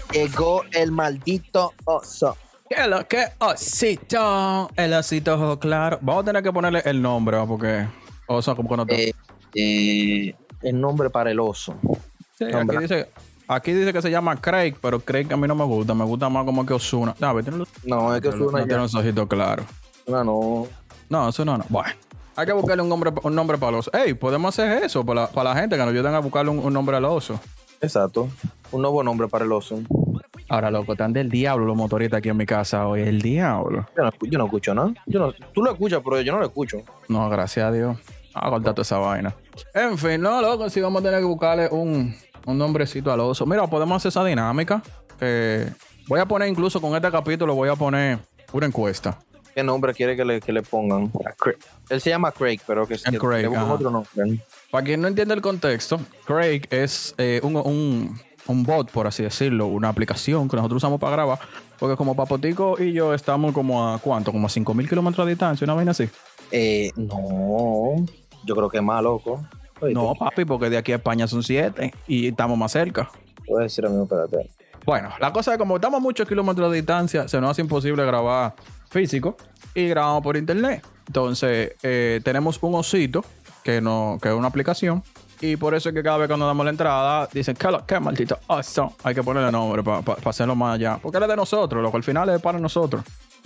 Llegó el maldito oso. ¿Qué lo que osito? El osito ojo claro. Vamos a tener que ponerle el nombre, ¿no? Porque oso como que no está. El nombre para el oso. Sí, aquí dice que se llama Craig, pero Craig a mí no me gusta. Me gusta más como que Ozuna. No, es que Ozuna no tiene los ojitos claros. No. No, Ozuna no. Bueno, hay que buscarle un nombre para el oso. Ey, podemos hacer eso para la gente que nos ayuden a buscarle un nombre al oso. Exacto. Un nuevo nombre para el oso. Ahora, loco, están del diablo los motoristas aquí en mi casa hoy. El diablo. Yo no escucho nada. Tú lo escuchas, pero yo no lo escucho. No, gracias a Dios. A cortar toda esa vaina. En fin, no, loco, sí vamos a tener que buscarle un nombrecito al oso. Mira, podemos hacer esa dinámica. Voy a poner incluso con este capítulo, voy a poner una encuesta. ¿Qué nombre quiere que le pongan? Él se llama Craig, pero que Craig, le pongan otro nombre. Para quien no entiende el contexto, Craig es un bot, por así decirlo, una aplicación que nosotros usamos para grabar. Porque como Papotico y yo estamos como a ¿cuánto? Como a 5,000 kilómetros de distancia, una vaina así. No, yo creo que es más loco. Oíste. No, papi, porque de aquí a España son 7 y estamos más cerca. Voy a decir a mí, espérate. Bueno, la cosa es que como estamos a muchos kilómetros de distancia, se nos hace imposible grabar físico y grabamos por internet. Entonces, tenemos un osito que es una aplicación. Y por eso es que cada vez que nos damos la entrada, dicen, ¿qué maldito oso? Hay que ponerle nombre para hacerlo más allá. Porque él es de nosotros, loco. Al final es para nosotros.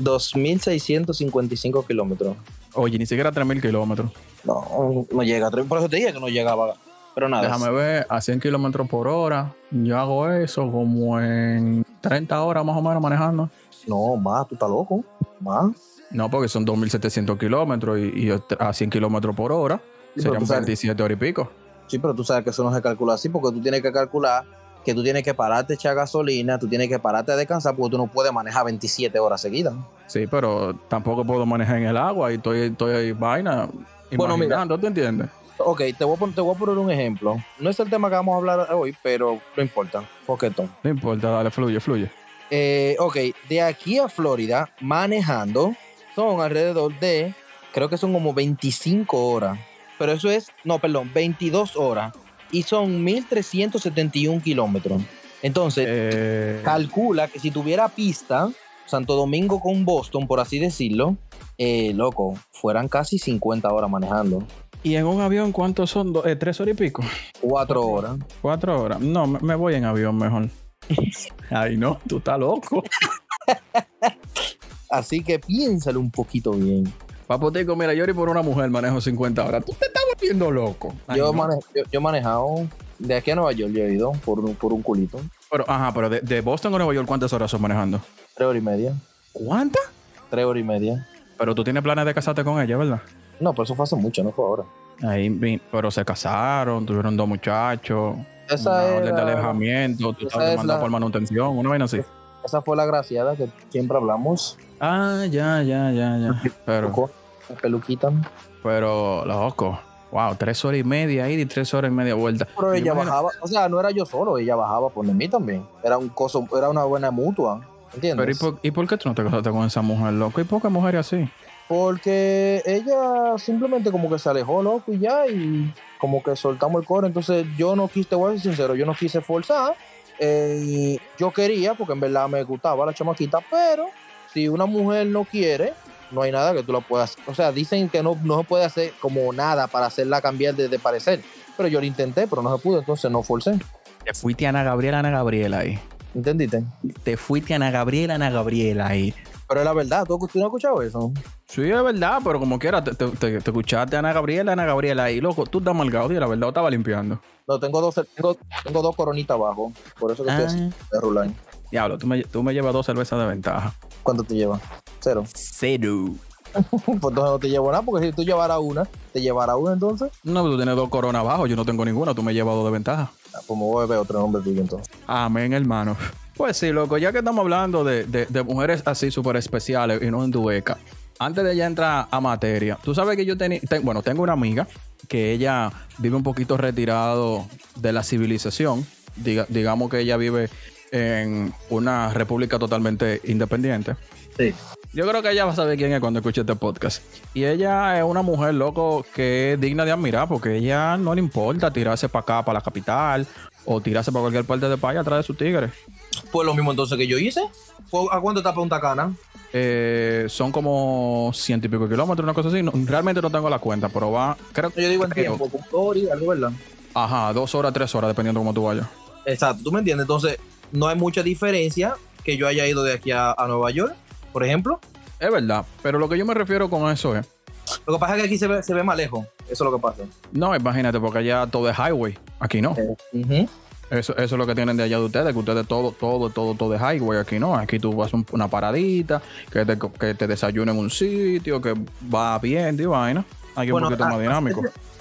2,655 kilómetros. Oye, ni siquiera 3,000 kilómetros. No llega a 3. Por eso te dije que no llegaba. Pero nada. Déjame ver, a 100 kilómetros por hora. Yo hago eso como en 30 horas más o menos manejando. No, más, tú estás loco. Más. No, porque son 2,700 kilómetros y a 100 kilómetros por hora serían 27 horas y pico. Sí, pero tú sabes que eso no se calcula así, porque tú tienes que calcular que tú tienes que pararte a echar gasolina, tú tienes que pararte a descansar, porque tú no puedes manejar 27 horas seguidas. Sí, pero tampoco puedo manejar en el agua y estoy ahí vaina. Bueno, mira, ¿te entiendes? Ok, te voy a poner un ejemplo. No es el tema que vamos a hablar hoy, pero no importa. Poquetón. No importa, dale, fluye. Ok, de aquí a Florida, manejando, son alrededor de, creo que son como 25 horas. Pero eso es, 22 horas. Y son 1,371 kilómetros. Entonces, calcula que si tuviera pista, Santo Domingo con Boston, por así decirlo, loco, fueran casi 50 horas manejando. ¿Y en un avión cuántos son? 3 horas y pico. 4 horas. 4 horas. No, me voy en avión mejor. Ay, no, tú estás loco. Así que piénsalo un poquito bien. Papotico, mira, yo por una mujer manejo 50 horas. Tú te estás volviendo loco. Ay, yo he manejado de aquí a Nueva York, yo he ido por un culito. Pero de Boston a Nueva York, ¿cuántas horas son manejando? 3 horas y media. ¿Cuántas? 3 horas y media. Pero tú tienes planes de casarte con ella, ¿verdad? No, pero eso fue hace mucho, no fue ahora. Pero se casaron, tuvieron 2 muchachos. Esa una orden de alejamiento, tú estabas demandado por manutención, una vaina así. Esa fue la graciada que siempre hablamos. Ah, ya. Pero peluquita. Pero, loco, wow, 3 horas y media ir y 3 horas y media vuelta. Pero ella bajaba, o sea, no era yo solo, ella bajaba por mí también. Era una buena mutua, ¿entiendes? Pero ¿y por qué tú no te casaste con esa mujer, loco? ¿Y pocas mujeres así? Porque ella simplemente como que se alejó, loco, y ya, y como que soltamos el coro. Entonces yo no quise, te voy a ser sincero, yo no quise forzar. Yo quería, porque en verdad me gustaba la chamaquita, pero si una mujer no quiere, no hay nada que tú la puedas. O sea, dicen que no se puede hacer como nada para hacerla cambiar de parecer. Pero yo lo intenté, pero no se pudo, entonces no forcé. Te fuiste a Ana Gabriela ahí. ¿Entendiste? Te fuiste a Ana Gabriela ahí. Pero es la verdad, ¿tú no has escuchado eso? Sí, es verdad, pero como quiera, te escuchaste a Ana Gabriela ahí, loco, tú estás malgado, y la verdad, estaba limpiando. No, tengo dos coronitas abajo, por eso que estoy así, de rular. Diablo, tú me llevas 2 cervezas de ventaja. ¿Cuánto te lleva? 0. Pues entonces no te llevo nada, porque si tú llevaras una, ¿te llevará una entonces? No, tú tienes 2 coronas abajo, yo no tengo ninguna, tú me llevas 2 de ventaja. Pues me voy a ver otro nombre tuyo entonces. Amén, hermano. Pues sí, loco, ya que estamos hablando de mujeres así súper especiales y no enduecas, antes de ya entrar a materia, tú sabes que yo tengo una amiga que ella vive un poquito retirado de la civilización. Digamos que ella vive en una república totalmente independiente. Sí. Yo creo que ella va a saber quién es cuando escuche este podcast. Y ella es una mujer, loco, que es digna de admirar, porque ella no le importa tirarse para acá, para la capital, o tirarse para cualquier parte de país atrás de sus tigres. Pues lo mismo entonces que yo hice. Pues, ¿a cuánto está Punta Cana? Son como 100 y pico kilómetros, una cosa así. Realmente no tengo la cuenta, pero va. Yo digo en tiempo, con Tori, algo, ¿verdad? Ajá, 2 horas, 3 horas, dependiendo de cómo tú vayas. Exacto, ¿tú me entiendes? Entonces, no hay mucha diferencia que yo haya ido de aquí a Nueva York, por ejemplo. Es verdad, pero lo que yo me refiero con eso es. Lo que pasa es que aquí se ve más lejos. Eso es lo que pasa. No, imagínate, porque allá todo es highway. Aquí no. Eso es lo que tienen de allá de ustedes, que ustedes todo es highway. Aquí no. Aquí tú vas a una paradita, que te desayunen en un sitio, que va bien, de vaina. Aquí es un poquito más dinámico.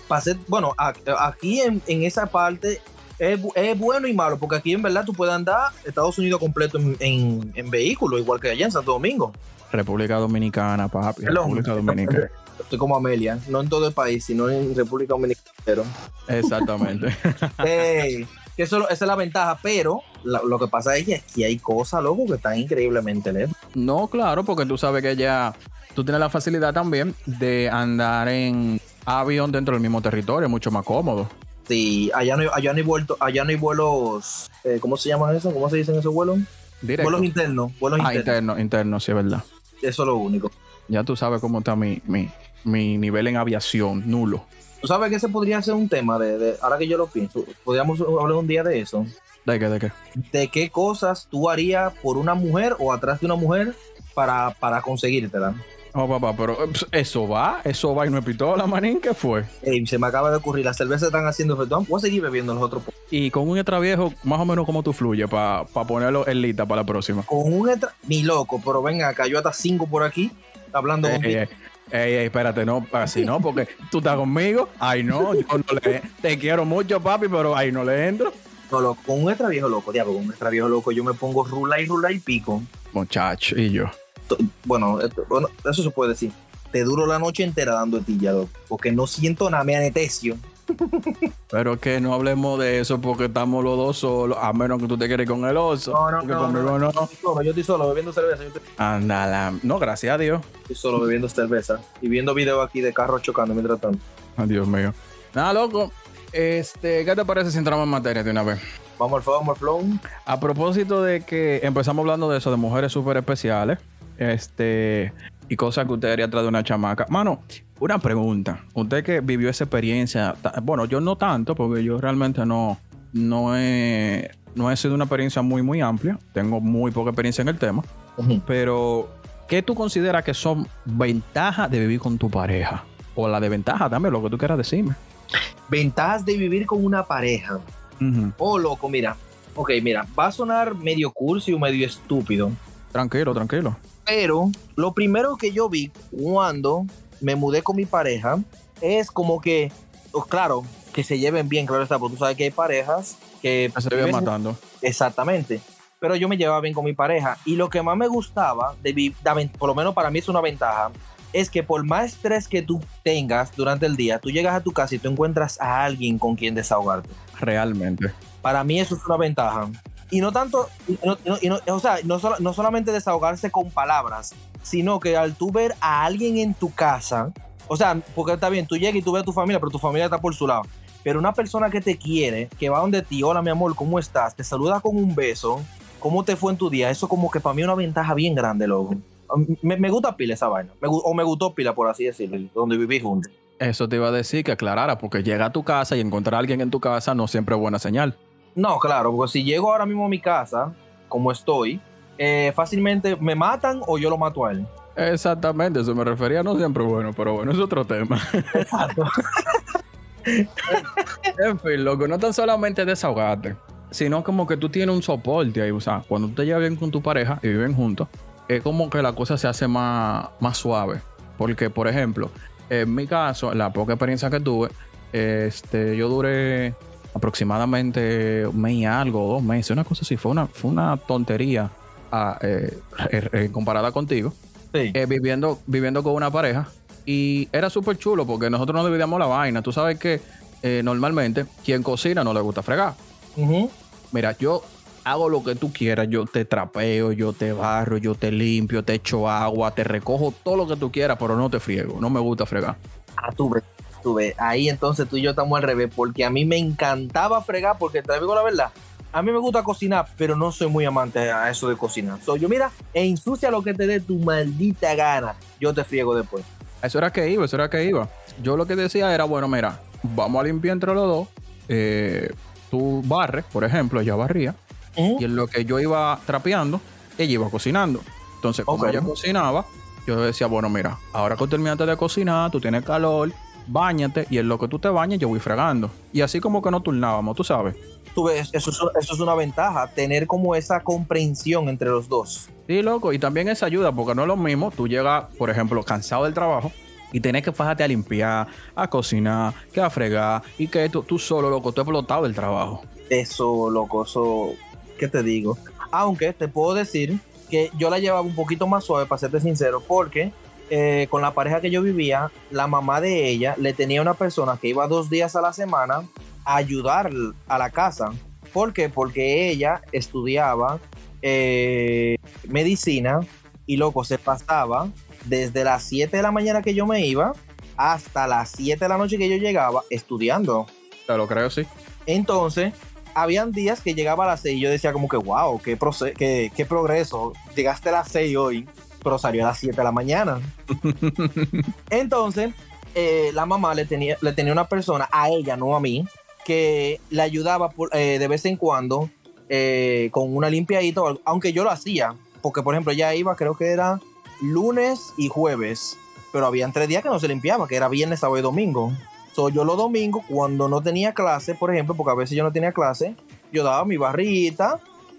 Aquí en esa parte es bueno y malo, porque aquí en verdad tú puedes andar Estados Unidos completo en vehículo, igual que allá en Santo Domingo. República Dominicana, papi. República Dominicana. Estoy como Amelia, no en todo el país, sino en República Dominicana. Exactamente. Que esa es la ventaja, pero lo que pasa es que aquí hay cosas, loco, que están increíblemente lejos. No, claro, porque tú sabes que ya tú tienes la facilidad también de andar en avión dentro del mismo territorio, mucho más cómodo. Sí, allá no hay vuelos, ¿cómo se llaman eso? ¿Cómo se dicen esos vuelos? Directo. Vuelos internos. Internos, sí, es verdad. Eso es lo único. Ya tú sabes cómo está mi nivel en aviación, nulo. Tú sabes que ese podría ser un tema ahora que yo lo pienso, podríamos hablar un día de eso. ¿De qué? ¿De qué cosas tú harías por una mujer o atrás de una mujer para conseguírtela? Oh, papá, pero eso va y no es pistola, manín, ¿qué fue? Se me acaba de ocurrir, las cervezas están haciendo efecto. Voy a seguir bebiendo los otros. Y con un extra viejo, más o menos cómo tú fluyes para ponerlo en lista para la próxima. Con un extra, ni loco, pero venga, acá yo hasta 5 por aquí, hablando contigo. Espérate, no, así no, porque tú estás conmigo. Ay, no, yo no te quiero mucho, papi, pero ahí no le entro. No, loco, con un extra viejo loco, diablo, con un extra viejo loco, yo me pongo rula y pico. Muchacho, y yo. Bueno, eso se puede decir. Te duro la noche entera dando etilla, loco, porque no siento nada, me anestesio. Pero que no hablemos de eso porque estamos los dos solos, a menos que tú te quieres con el oso. No. Yo estoy solo bebiendo cerveza. Ándala. No, gracias a Dios. Estoy solo bebiendo cerveza y viendo videos aquí de carros chocando mientras tanto. Ay, Dios mío. Nada, loco. ¿Qué te parece si entramos en materia de una vez? Vamos al flow. A propósito de que empezamos hablando de eso, de mujeres súper especiales, y cosas que usted haría atrás de una chamaca. Mano, una pregunta. Usted que vivió esa experiencia, bueno, yo no tanto, porque yo realmente no he sido una experiencia muy amplia. Tengo muy poca experiencia en el tema. Pero, ¿qué tú consideras que son ventajas de vivir con tu pareja? O la desventaja también, lo que tú quieras decirme. Ventajas de vivir con una pareja. Oh, loco, mira. Ok, mira, va a sonar medio cursi o medio estúpido. Tranquilo. Pero lo primero que yo vi cuando me mudé con mi pareja es como que, pues claro, que se lleven bien, claro está, porque tú sabes que hay parejas que se viven matando. Exactamente. Pero yo me llevaba bien con mi pareja y lo que más me gustaba, por lo menos para mí es una ventaja, es que por más estrés que tú tengas durante el día, tú llegas a tu casa y tú encuentras a alguien con quien desahogarte. Realmente. Para mí eso es una ventaja. Y no tanto, o sea, no solamente desahogarse con palabras, sino que al tú ver a alguien en tu casa, o sea, porque está bien, tú llegas y tú ves a tu familia, pero tu familia está por su lado. Pero una persona que te quiere, que va donde ti, hola mi amor, ¿cómo estás? Te saluda con un beso, ¿cómo te fue en tu día? Eso como que para mí es una ventaja bien grande, loco. Me gusta pila esa vaina, me gustó pila, por así decirlo, donde viví juntos. Eso te iba a decir que aclarara, porque llega a tu casa y encontrar a alguien en tu casa no siempre es buena señal. No, claro, porque si llego ahora mismo a mi casa, como estoy, fácilmente me matan o yo lo mato a él. Exactamente, eso me refería, no siempre bueno, pero bueno, es otro tema. Exacto. En fin, loco, no tan solamente desahogarte, sino como que tú tienes un soporte ahí, o sea, cuando tú te llevas bien con tu pareja y viven juntos, es como que la cosa se hace más suave. Porque, por ejemplo, en mi caso, la poca experiencia que tuve, yo duré aproximadamente un mes y algo, 2 meses, una cosa así. Fue una tontería comparada contigo. Sí. Viviendo con una pareja. Y era súper chulo porque nosotros nos dividíamos la vaina. Tú sabes que normalmente quien cocina no le gusta fregar. Mira, yo hago lo que tú quieras. Yo te trapeo, yo te barro, yo te limpio, te echo agua, te recojo todo lo que tú quieras, pero no te friego. No me gusta fregar. Tú ves. Ahí entonces tú y yo estamos al revés, porque a mí me encantaba fregar, porque te digo la verdad, A mí me gusta cocinar, pero no soy muy amante a eso de cocinar. Yo, mira, ensucia lo que te dé tu maldita gana. Yo te friego después. Eso era que iba. Yo lo que decía era, bueno, mira, vamos a limpiar entre los dos. Tú barres, por ejemplo, ella barría. Y en lo que yo iba trapeando, ella iba cocinando. Entonces, como ella cocinaba, yo decía, bueno, mira, ahora que terminaste de cocinar, tú tienes calor, báñate, y en lo que tú te bañes, yo voy fregando. Y así como que nos turnábamos, tú sabes. Tú ves, eso es una ventaja, tener como esa comprensión entre los dos. Sí, loco, y también esa ayuda, porque no es lo mismo, tú llegas, por ejemplo, cansado del trabajo, y tenés que fajarte a limpiar, a cocinar, que a fregar, y que tú solo, loco, tú explotado del trabajo. Eso, loco, eso, ¿qué te digo? Aunque te puedo decir que yo la llevaba un poquito más suave, para serte sincero, porque con la pareja que yo vivía, la mamá de ella le tenía una persona que iba 2 días a la semana a ayudar a la casa. ¿Por qué? Porque ella estudiaba medicina y, loco, se pasaba desde las 7 de la mañana que yo me iba hasta las 7 de la noche que yo llegaba estudiando. Te lo creo, sí. Entonces, habían días que llegaba a las 6 y yo decía como que, wow, qué progreso. Llegaste a las 6 hoy, pero salió a las 7 de la mañana. Entonces, la mamá le tenía una persona, a ella, no a mí, que le ayudaba de vez en cuando con una limpiadita, aunque yo lo hacía, porque, por ejemplo, ella iba, creo que era lunes y jueves, pero habían 3 días que no se limpiaba, que era viernes, sábado y domingo. Yo los domingos, cuando no tenía clase, por ejemplo, porque a veces yo no tenía clase, yo daba mi barrita,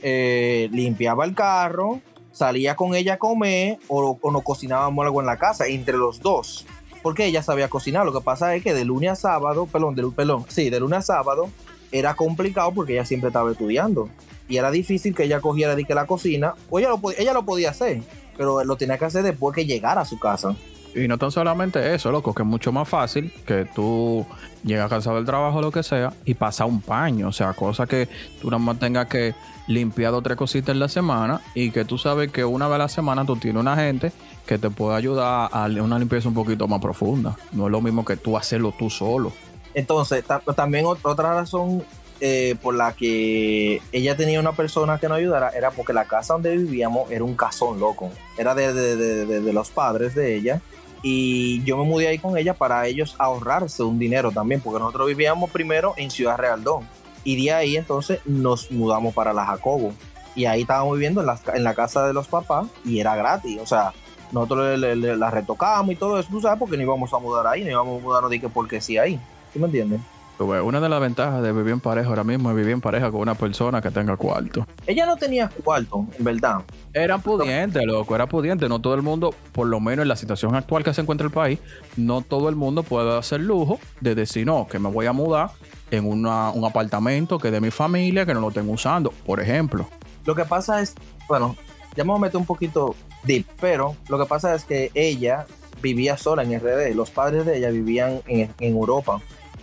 limpiaba el carro, salía con ella a comer o nos cocinábamos algo en la casa, entre los dos, porque ella sabía cocinar. Lo que pasa es que de lunes a sábado, de lunes a sábado era complicado porque ella siempre estaba estudiando y era difícil que ella cogiera de que la cocina, o ella lo podía hacer, pero lo tenía que hacer después que llegara a su casa. Y no tan solamente eso, loco, que es mucho más fácil que tú llegas cansado del trabajo o lo que sea y pasar un paño. O sea, cosa que tú nada más tengas que limpiar 2 o 3 cositas en la semana y que tú sabes que una vez a la semana tú tienes una gente que te puede ayudar a una limpieza un poquito más profunda. No es lo mismo que tú hacerlo tú solo. Entonces, también otra razón por la que ella tenía una persona que nos ayudara era porque la casa donde vivíamos era un casón, loco. Era de los padres de ella. Y yo me mudé ahí con ella para ellos ahorrarse un dinero también, porque nosotros vivíamos primero en Ciudad Realdón. Y de ahí entonces nos mudamos para la Jacobo. Y ahí estábamos viviendo en la casa de los papás y era gratis. O sea, nosotros la retocábamos y todo eso, tú sabes, porque no íbamos a mudar ahí, no íbamos a mudarnos de que porque sí ahí. ¿Sí me entiendes? Una de las ventajas de vivir en pareja ahora mismo es vivir en pareja con una persona que tenga cuarto. Ella no tenía cuarto, en verdad. Era pudiente, loco, era pudiente. No todo el mundo, por lo menos en la situación actual que se encuentra el país, no todo el mundo puede hacer lujo de decir, no, que me voy a mudar en un apartamento que es de mi familia, que no lo tengo usando, por ejemplo. Lo que pasa es, bueno, ya me voy a meter un poquito deep, pero lo que pasa es que ella vivía sola en RD. Los padres de ella vivían en Europa.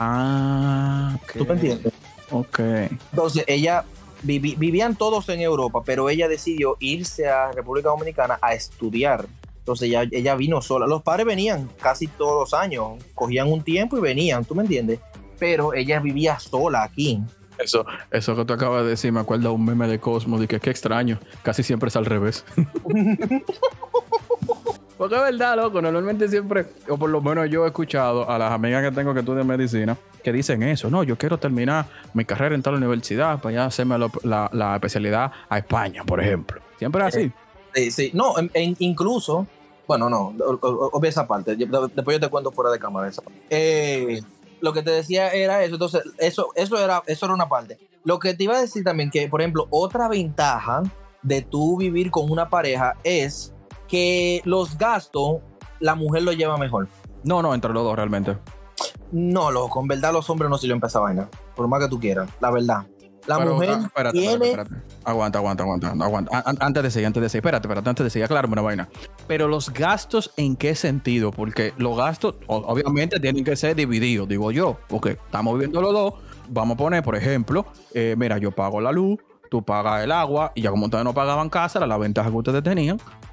Ah, okay. ¿Tú me entiendes? Ok. Entonces ella vivían todos en Europa, pero ella decidió irse a República Dominicana a estudiar. Entonces ella vino sola. Los padres venían casi todos los años, cogían un tiempo y venían, ¿tú me entiendes? Pero ella vivía sola aquí. Eso que tú acabas de decir me acuerda de un meme de Cosmo, de que qué extraño, casi siempre es al revés. Porque es verdad, loco, normalmente siempre, o por lo menos yo he escuchado a las amigas que tengo que estudian medicina, que dicen eso, no, yo quiero terminar mi carrera en tal universidad para ya hacerme la especialidad a España, por ejemplo. Siempre es así. Sí. No, incluso, bueno, no, obvia esa parte, después yo te cuento fuera de cámara esa parte. Lo que te decía era eso, entonces, eso era una parte. Lo que te iba a decir también, que, por ejemplo, otra ventaja de tú vivir con una pareja es que los gastos, la mujer lo lleva mejor. No, entre los dos realmente. No, loco, en verdad los hombres no se lo empiezan a vaina, por más que tú quieras, la verdad. Mujer espérate. Aguanta. Antes de seguir, espérate, antes de seguir, aclárame una vaina. Pero los gastos, ¿en qué sentido? Porque los gastos, obviamente, tienen que ser divididos, digo yo, porque estamos viviendo los dos. Vamos a poner, por ejemplo, mira, yo pago la luz, tú pagas el agua, y ya como ustedes no pagaban casa, era la ventaja que ustedes tenían,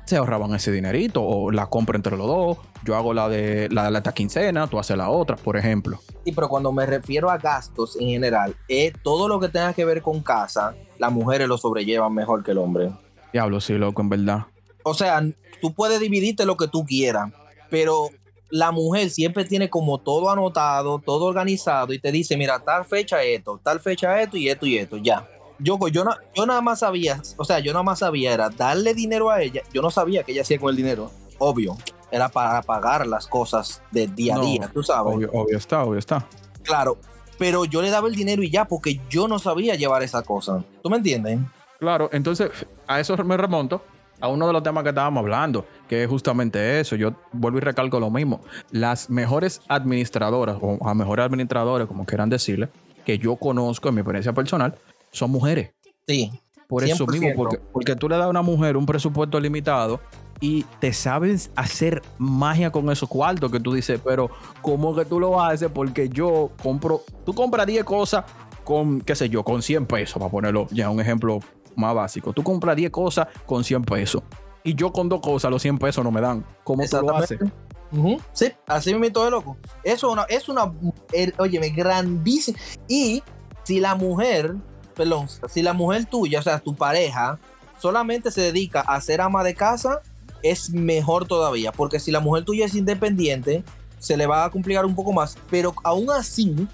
se ahorraban ese dinerito o la compra entre los dos. Yo hago la de esta quincena, tú haces la otra, por ejemplo. Sí, pero cuando me refiero a gastos en general, todo lo que tenga que ver con casa, las mujeres lo sobrellevan mejor que el hombre. Diablo, sí, loco, en verdad. O sea, tú puedes dividirte lo que tú quieras, pero la mujer siempre tiene como todo anotado, todo organizado y te dice, mira, tal fecha esto y esto y esto, ya. Yo nada más sabía, o sea, yo nada más sabía era darle dinero a ella. Yo no sabía qué ella hacía con el dinero, obvio. Era para pagar las cosas del día a día, tú sabes. Obvio está. Claro, pero yo le daba el dinero y ya, porque yo no sabía llevar esa cosa. ¿Tú me entiendes? Claro, entonces a eso me remonto a uno de los temas que estábamos hablando, que es justamente eso. Yo vuelvo y recalco lo mismo. Las mejores administradoras, o a mejores administradores, como quieran decirle, que yo conozco en mi experiencia personal, son mujeres. Sí. Por 100%. Eso mismo, porque tú le das a una mujer un presupuesto limitado y te sabes hacer magia con esos cuartos que tú dices, pero ¿cómo que tú lo haces? Porque tú compras 10 cosas con, qué sé yo, con 100 pesos, para ponerlo ya un ejemplo más básico. Tú compras 10 cosas con 100 pesos y yo con 2 cosas los 100 pesos no me dan. ¿Cómo tú lo haces? Sí, así me meto de loco. Eso es una óyeme, grandísima. Y si la mujer tuya, o sea, tu pareja, solamente se dedica a ser ama de casa, es mejor todavía, porque si la mujer tuya es independiente, se le va a complicar un poco más, pero aún así,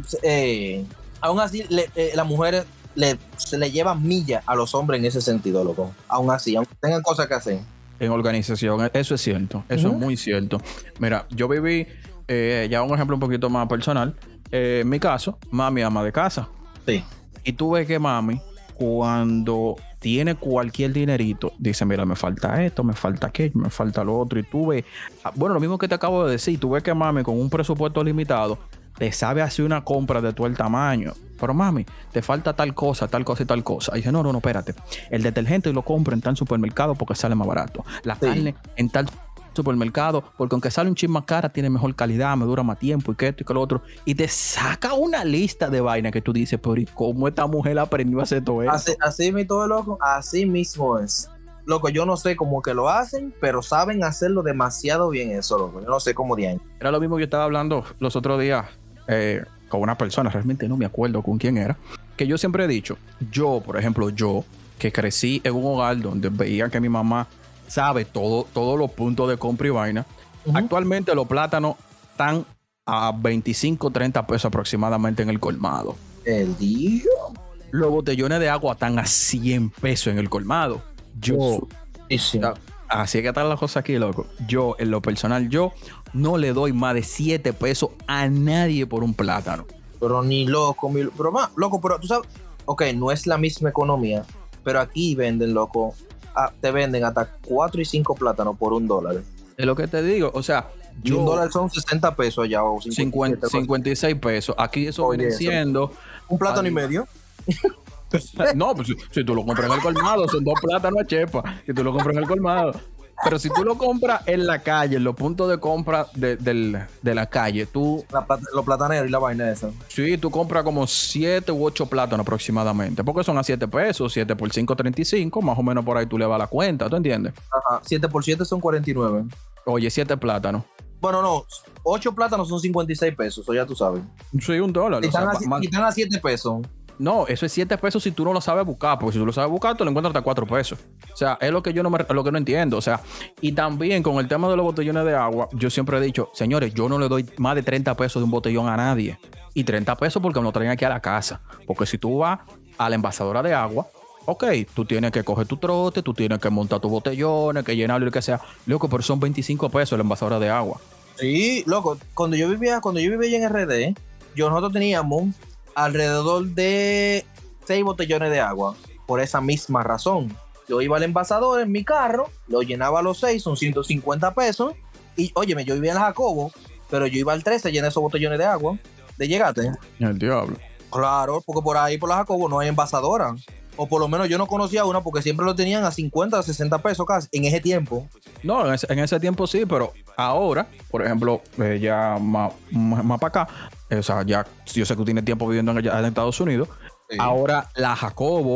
la mujer se le lleva milla a los hombres en ese sentido, loco. Aún así, aunque tengan cosas que hacer. En organización, eso es cierto, eso es muy cierto. Mira, yo viví, ya un ejemplo un poquito más personal, en mi caso, mami ama de casa. Sí. Y tú ves que mami, cuando tiene cualquier dinerito, dice, mira, me falta esto, me falta aquello, me falta lo otro. Y tú ves, bueno, lo mismo que te acabo de decir, tú ves que mami con un presupuesto limitado te sabe hacer una compra de todo el tamaño. Pero mami, te falta tal cosa y tal cosa. Y dice, no, espérate. El detergente lo compro en tal supermercado porque sale más barato. La carne en tal supermercado, porque aunque sale un chin más cara, tiene mejor calidad, me dura más tiempo y que esto y que lo otro. Y te saca una lista de vainas que tú dices, pero ¿y cómo esta mujer aprendió a hacer todo esto? Así mismo, loco, así mismo es. Loco, yo no sé cómo que lo hacen, pero saben hacerlo demasiado bien eso, loco. Yo no sé cómo de ahí. Era lo mismo que yo estaba hablando los otros días con una persona, realmente no me acuerdo con quién era, que yo siempre he dicho, por ejemplo, que crecí en un hogar donde veía que mi mamá sabe todos los puntos de compra y vaina. Actualmente los plátanos están a 25, 30 pesos aproximadamente en el colmado. ¿El día? Los botellones de agua están a 100 pesos en el colmado. Así que están las cosas aquí, loco. Yo, en lo personal, no le doy más de 7 pesos a nadie por un plátano. Pero ni loco, pero tú sabes, ok, no es la misma economía, pero aquí venden, loco, te venden hasta 4 y 5 plátanos por $1. Es lo que te digo, o sea, $1 son 60 pesos allá o 56 pesos. Aquí eso viene siendo un plátano y medio. No, pues si tú lo compras en el colmado, son 2 plátanos a chepa. Si tú lo compras en el colmado. Pero si tú lo compras en la calle, en los puntos de compra de la calle, los plataneros y la vaina esa. Sí, tú compras como 7 u 8 plátanos aproximadamente. Porque son a 7 pesos, 7 por 5, 35. Más o menos por ahí tú le vas la cuenta, ¿tú entiendes? Ajá, 7 por 7 son 49. Oye, 7 plátanos. Bueno, no, 8 plátanos son 56 pesos, eso ya tú sabes. Sí, $1. Si están a 7 pesos. No, eso es 7 pesos si tú no lo sabes buscar, porque si tú lo sabes buscar, tú lo encuentras hasta 4 pesos. O sea, es lo que yo no entiendo. O sea, y también con el tema de los botellones de agua, yo siempre he dicho, señores, yo no le doy más de 30 pesos de un botellón a nadie. Y 30 pesos porque me lo traen aquí a la casa. Porque si tú vas a la envasadora de agua, ok, tú tienes que coger tu trote, tú tienes que montar tus botellones, que llenarlo y lo que sea. Loco, pero son 25 pesos la envasadora de agua. Sí, loco, cuando yo vivía allá en RD, nosotros teníamos alrededor de 6 botellones de agua, por esa misma razón. Yo iba al envasador en mi carro, lo llenaba a los 6, son 150 pesos, y óyeme, yo vivía en la Jacobo, pero yo iba al 13 a llenar esos botellones de agua, de llegate. El diablo. Claro, porque por ahí, por la Jacobo, no hay envasadora. O por lo menos yo no conocía una porque siempre lo tenían a 50 o 60 pesos casi en ese tiempo. No, en ese tiempo sí, pero ahora, por ejemplo, ya más para acá, o sea, ya yo sé que tú tienes tiempo viviendo en Estados Unidos. Sí. Ahora la Jacobo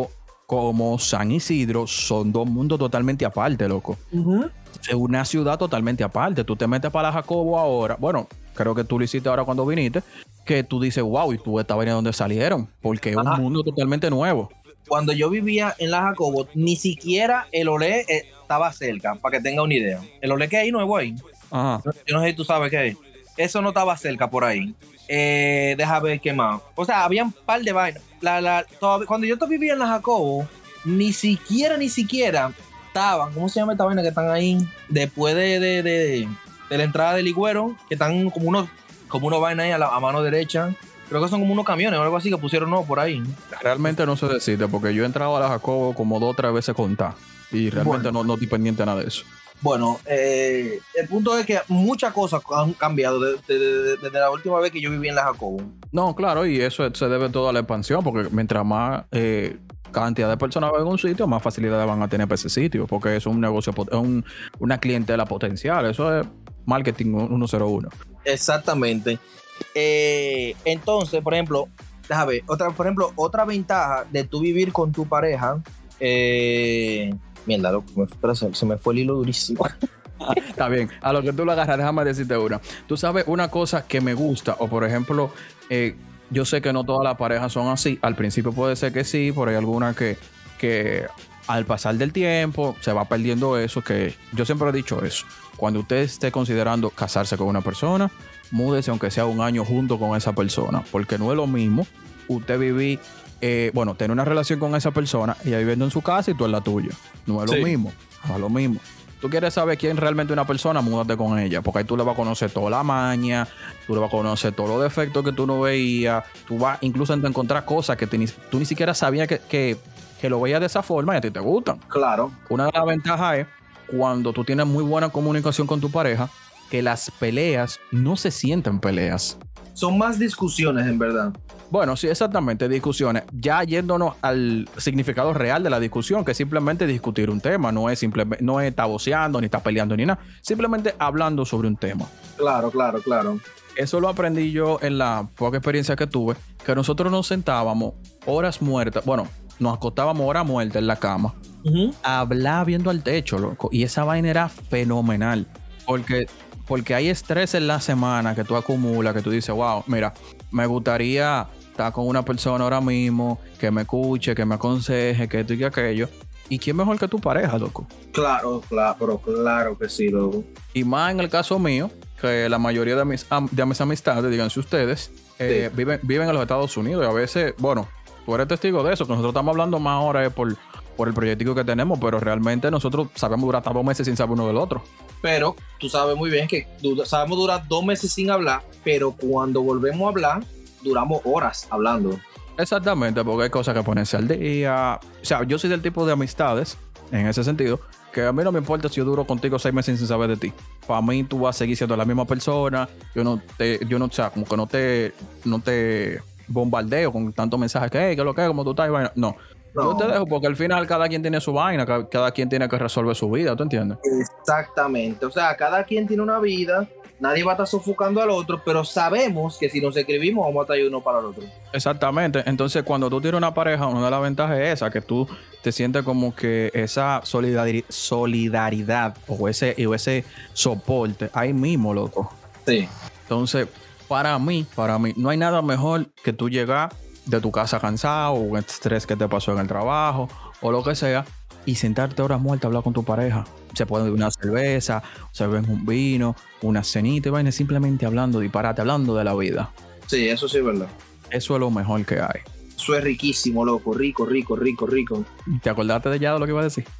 como San Isidro son dos mundos totalmente aparte, loco. Es una ciudad totalmente aparte. Tú te metes para la Jacobo ahora. Bueno, creo que tú lo hiciste ahora cuando viniste. Que tú dices, wow, y tú esta vaina donde salieron. Porque es un mundo totalmente nuevo. Cuando yo vivía en la Jacobo, ni siquiera el Olé estaba cerca, para que tenga una idea. El Olé que hay nuevo ahí. Ajá. Yo no sé si tú sabes qué es. Eso no estaba cerca por ahí. Deja ver qué más. O sea, había un par de vainas. Cuando yo vivía en la Jacobo, ni siquiera estaban. ¿Cómo se llama esta vaina que están ahí? Después de la entrada del Ligüero, que están como unos vainas ahí a mano derecha. Creo que son como unos camiones o algo así que pusieron por ahí. Realmente no sé decirte, porque yo he entrado a la Jacobo como 2 o 3 veces contar. Y realmente no estoy pendiente de nada de eso. Bueno, el punto es que muchas cosas han cambiado desde la última vez que yo viví en la Jacobo. No, claro, y eso se debe todo a la expansión, porque mientras más cantidad de personas van en un sitio, más facilidades van a tener para ese sitio, porque es un negocio, es una clientela potencial. Eso es marketing 101. Exactamente. Entonces, por ejemplo, déjame ver, otra ventaja de tú vivir con tu pareja. Mierda, loco, se me fue el hilo durísimo. Está bien, a lo que tú lo agarras, déjame decirte una. Tú sabes una cosa que me gusta, o por ejemplo, yo sé que no todas las parejas son así. Al principio puede ser que sí, pero hay algunas que al pasar del tiempo se va perdiendo eso, que yo siempre he dicho eso. Cuando usted esté considerando casarse con una persona, múdese aunque sea 1 año junto con esa persona, porque no es lo mismo usted vivir, tener una relación con esa persona y ella viviendo en su casa y tú en la tuya. No es lo mismo, no es lo mismo. Tú quieres saber quién realmente es una persona, múdate con ella, porque ahí tú le vas a conocer toda la maña, tú le vas a conocer todos los defectos que tú no veías, tú vas incluso a encontrar cosas que tú ni siquiera sabías que lo veías de esa forma y a ti te gustan. Claro. Una de las ventajas es cuando tú tienes muy buena comunicación con tu pareja, que las peleas no se sienten peleas. Son más discusiones, en verdad. Bueno, sí, exactamente, discusiones. Ya yéndonos al significado real de la discusión, que es simplemente discutir un tema, no es estar voceando, ni estar peleando, ni nada. Simplemente hablando sobre un tema. Claro. Eso lo aprendí yo en la poca experiencia que tuve, que nosotros nos sentábamos horas muertas, nos acostábamos horas muertas en la cama, a hablar viendo al techo, loco. Y esa vaina era fenomenal, porque hay estrés en la semana que tú acumulas, que tú dices, wow, mira, me gustaría estar con una persona ahora mismo que me escuche, que me aconseje, que esto y que aquello. ¿Y quién mejor que tu pareja, loco? Claro que sí, loco. Y más en el caso mío, que la mayoría de mis amistades, díganse ustedes, viven en los Estados Unidos. Y a veces, tú eres testigo de eso, que nosotros estamos hablando más ahora es por el proyectico que tenemos, pero realmente nosotros sabemos durar hasta 2 meses sin saber uno del otro. Pero tú sabes muy bien que sabemos durar 2 meses sin hablar, pero cuando volvemos a hablar, duramos horas hablando. Exactamente, porque hay cosas que ponerse al día. O sea, yo soy del tipo de amistades, en ese sentido, que a mí no me importa si yo duro contigo 6 meses sin saber de ti. Para mí tú vas a seguir siendo la misma persona. O sea, como que no te bombardeo con tantos mensajes que, hey, ¿qué es lo que es? ¿Cómo tú estás? Bueno, no. Yo te dejo porque al final cada quien tiene su vaina, cada quien tiene que resolver su vida, ¿tú entiendes? Exactamente, o sea, cada quien tiene una vida, nadie va a estar sofocando al otro, pero sabemos que si nos escribimos vamos a estar uno para el otro. Exactamente, entonces cuando tú tienes una pareja, una de las ventajas es esa, que tú te sientes como que esa solidaridad o ese soporte ahí mismo, loco. Sí. Entonces, para mí, no hay nada mejor que tú llegar de tu casa cansado o un estrés que te pasó en el trabajo o lo que sea y sentarte horas muertas a hablar con tu pareja. Se puede beber una cerveza, se beben un vino, una cenita y vaina, simplemente hablando disparate, hablando de la vida. Sí, eso sí es verdad. Eso es lo mejor que hay. Eso es riquísimo, loco, rico. ¿Te acordaste de ya de lo que iba a decir?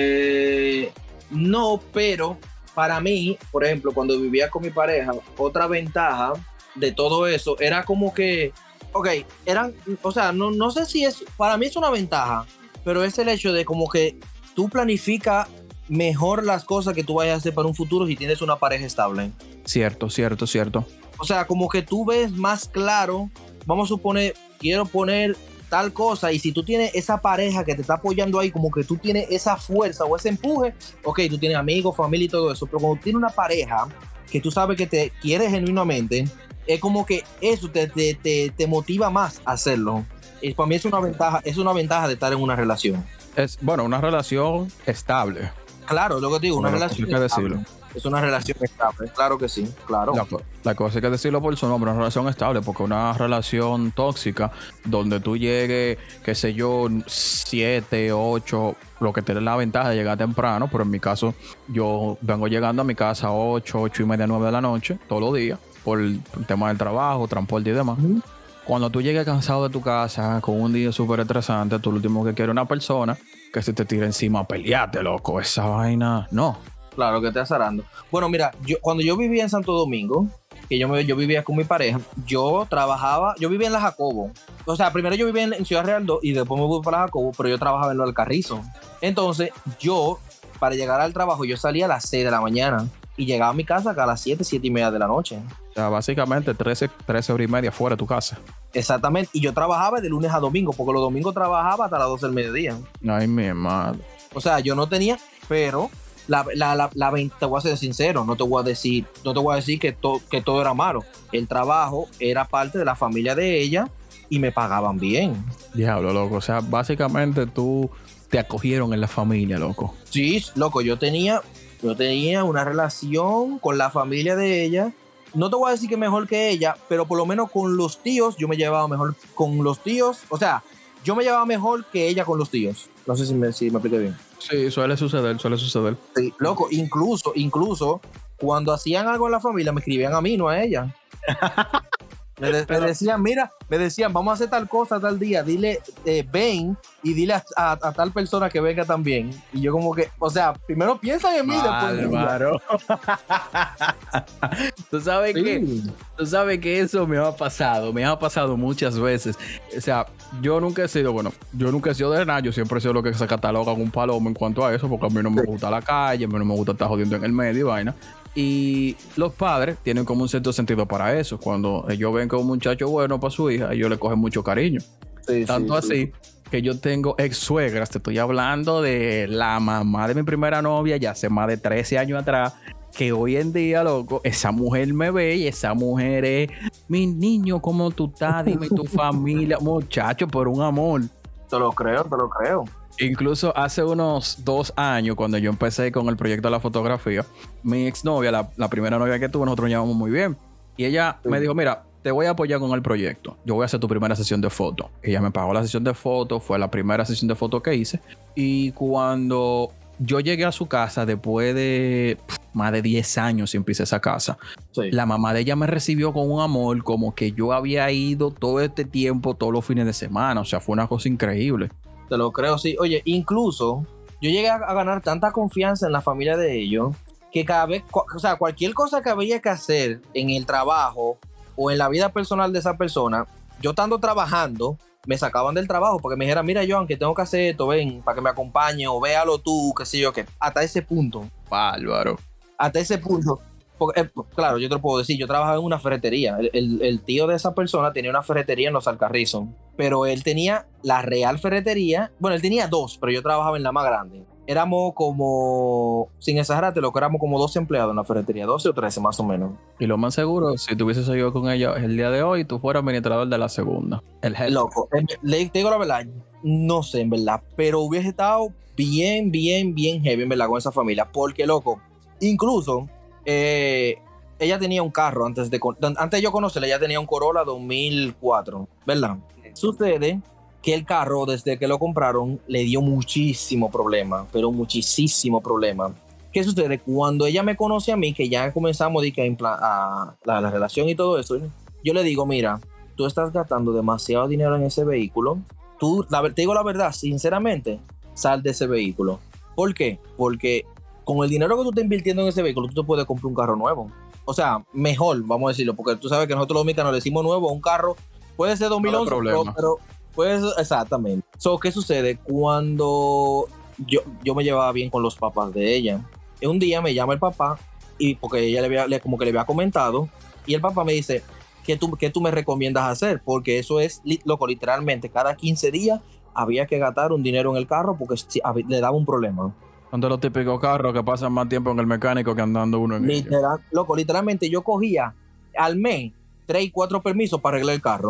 No, pero para mí, por ejemplo, cuando vivía con mi pareja, otra ventaja de todo eso era como que no sé si es, para mí es una ventaja, pero es el hecho de como que tú planificas mejor las cosas que tú vayas a hacer para un futuro si tienes una pareja estable. Cierto. O sea, como que tú ves más claro, vamos a suponer, quiero poner tal cosa, y si tú tienes esa pareja que te está apoyando ahí, como que tú tienes esa fuerza o ese empuje, tú tienes amigos, familia y todo eso, pero cuando tienes una pareja que tú sabes que te quiere genuinamente, es como que eso te motiva más a hacerlo. Y para mí es una ventaja de estar en una relación. Es, bueno, una relación estable. Claro, lo que te digo, una Bueno, relación hay que estable. decirlo. Es una relación estable, claro que sí, claro. La cosa hay que decirlo por su nombre, una relación estable, porque una relación tóxica donde tú llegues, qué sé yo, 7, 8, lo que tiene la ventaja de llegar temprano, pero en mi caso yo vengo llegando a mi casa a 8, 8 y media, 9 de la noche, todos los días, por el tema del trabajo, transporte y demás. Cuando tú llegues cansado de tu casa, con un día súper estresante, tú lo último que quieres es una persona que se te tire encima a pelearte, loco. Esa vaina, no. Claro que te azarando. Bueno, mira, cuando yo vivía en Santo Domingo, que yo vivía con mi pareja, yo vivía en la Jacobo. O sea, primero yo vivía en Ciudad Real 2 y después me fui para la Jacobo, pero yo trabajaba en lo Alcarrizo. Entonces, para llegar al trabajo, yo salía a las 6 de la mañana y llegaba a mi casa acá a las 7, 7 y media de la noche. O sea, básicamente 13 horas y media fuera de tu casa. Exactamente. Y yo trabajaba de lunes a domingo, porque los domingos trabajaba hasta las 12 del mediodía. Ay, mi madre. O sea, yo no tenía, pero te voy a ser sincero, no te voy a decir que todo era malo. El trabajo era parte de la familia de ella y me pagaban bien. Diablo, loco. O sea, básicamente tú te acogieron en la familia, loco. Sí, loco, yo tenía una relación con la familia de ella. No te voy a decir que mejor que ella, pero por lo menos con los tíos yo me llevaba mejor con los tíos. O sea, yo me llevaba mejor que ella con los tíos. No sé si me expliqué bien. Sí, suele suceder. Sí, loco, incluso cuando hacían algo en la familia me escribían a mí, no a ella. Me decían, vamos a hacer tal cosa tal día, dile, ven y dile a tal persona que venga también. Y yo como que, o sea, primero piensan en mí, después claro. ¿Tú sabes que eso me ha pasado muchas veces. O sea, yo nunca he sido de nada, yo siempre he sido lo que se cataloga un palomo en cuanto a eso, porque a mí no me gusta la calle, a mí no me gusta estar jodiendo en el medio y vaina. Y los padres tienen como un cierto sentido para eso. Cuando ellos ven que un muchacho bueno para su hija, ellos le cogen mucho cariño. Sí, tanto así que yo tengo ex suegras, te estoy hablando de la mamá de mi primera novia, ya hace más de 13 años atrás, que hoy en día, loco, esa mujer me ve y esa mujer es, mi niño, ¿cómo tú estás? Dime tu familia, muchacho, por un amor. Te lo creo. Incluso hace unos 2 años, cuando yo empecé con el proyecto de la fotografía, mi exnovia, la primera novia que tuve, nosotros nos llevamos muy bien. Y ella me dijo, mira, te voy a apoyar con el proyecto. Yo voy a hacer tu primera sesión de foto. Ella me pagó la sesión de foto, fue la primera sesión de foto que hice. Y cuando yo llegué a su casa, después de más de 10 años sin pisar esa casa, la mamá de ella me recibió con un amor como que yo había ido todo este tiempo, todos los fines de semana. O sea, fue una cosa increíble. Te lo creo, sí. Oye, incluso yo llegué a ganar tanta confianza en la familia de ellos que cada vez, o sea, cualquier cosa que había que hacer en el trabajo o en la vida personal de esa persona, yo estando trabajando, me sacaban del trabajo porque me dijeran, mira, Joan, que tengo que hacer esto, ven, para que me acompañe o véalo tú, qué sé yo, que hasta ese punto. Bárbaro. Hasta ese punto. Porque, claro, yo te lo puedo decir, yo trabajaba en una ferretería. El tío de esa persona tenía una ferretería en Los Alcarrizos, pero él tenía la Real Ferretería. Bueno, él tenía 2, pero yo trabajaba en la más grande. Éramos como, sin exagerarte, lo que éramos como 12 empleados en la ferretería, 12 o 13 más o menos. Y lo más seguro, si tú hubieses seguido con ella el día de hoy, tú fueras administrador de la segunda. El jefe. Loco, le digo la verdad, no sé en verdad, pero hubiese estado bien heavy en verdad con esa familia, porque loco, incluso ella tenía un carro antes de yo conocerla, ella tenía un Corolla 2004, ¿verdad? Sucede que el carro, desde que lo compraron, le dio muchísimo problema, pero muchísimo problema. ¿Qué sucede? Cuando ella me conoce a mí, que ya comenzamos a la relación y todo eso, yo le digo, mira, tú estás gastando demasiado dinero en ese vehículo, te digo la verdad, sinceramente, sal de ese vehículo. ¿Por qué? Porque con el dinero que tú estás invirtiendo en ese vehículo, tú te puedes comprar un carro nuevo. O sea, mejor, vamos a decirlo, porque tú sabes que nosotros los mexicanos le decimos nuevo a un carro, puede ser 2011, pero pues exactamente. ¿Qué sucede? Cuando yo me llevaba bien con los papás de ella, y un día me llama el papá, y porque ella como que le había comentado, y el papá me dice, ¿qué tú me recomiendas hacer? Porque eso es, loco, literalmente, cada 15 días había que gastar un dinero en el carro porque le daba un problema. Son de los típicos carros que pasan más tiempo en el mecánico que andando uno en ellos. Loco, literalmente yo cogía al mes 3 y 4 permisos para arreglar el carro.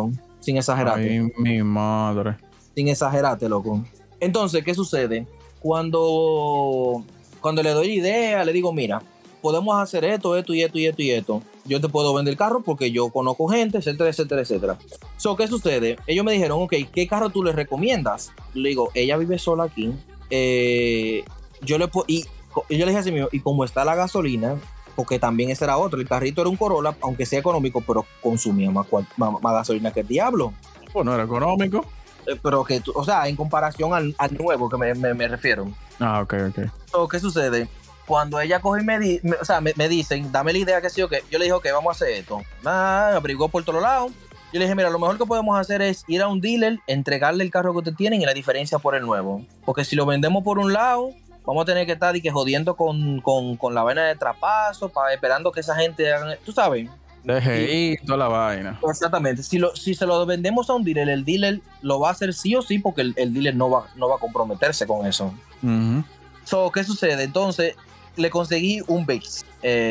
sin exagerarte. Ay, mi madre. Sin exagerarte, loco. Entonces, ¿qué sucede? Cuando le doy idea, le digo, mira, podemos hacer esto, esto y esto y esto y esto. Yo te puedo vender el carro porque yo conozco gente, etcétera, etcétera, etcétera. So, ¿qué sucede? Ellos me dijeron, ok, ¿qué carro tú le recomiendas? Le digo, ella vive sola aquí. Y yo le dije así mismo, y como está la gasolina, porque también ese era otro, el carrito era un Corolla, aunque sea económico, pero consumía más gasolina que el diablo. Pues no era económico. Pero que, o sea, en comparación al nuevo que me refiero. Ah, ok. So, ¿qué sucede? Cuando ella coge y me dicen, dame la idea que sí o qué, yo le dije, ok, vamos a hacer esto. Averiguó por todos lados. Yo le dije, mira, lo mejor que podemos hacer es ir a un dealer, entregarle el carro que ustedes tienen y la diferencia por el nuevo. Porque si lo vendemos por un lado, vamos a tener que estar jodiendo con la vaina de trapazo, esperando que esa gente haga, tú sabes. Deje ir toda la vaina. Exactamente. Si se lo vendemos a un dealer, el dealer lo va a hacer sí o sí porque el dealer no va a comprometerse con eso. So, ¿qué sucede? Entonces, le conseguí un VIX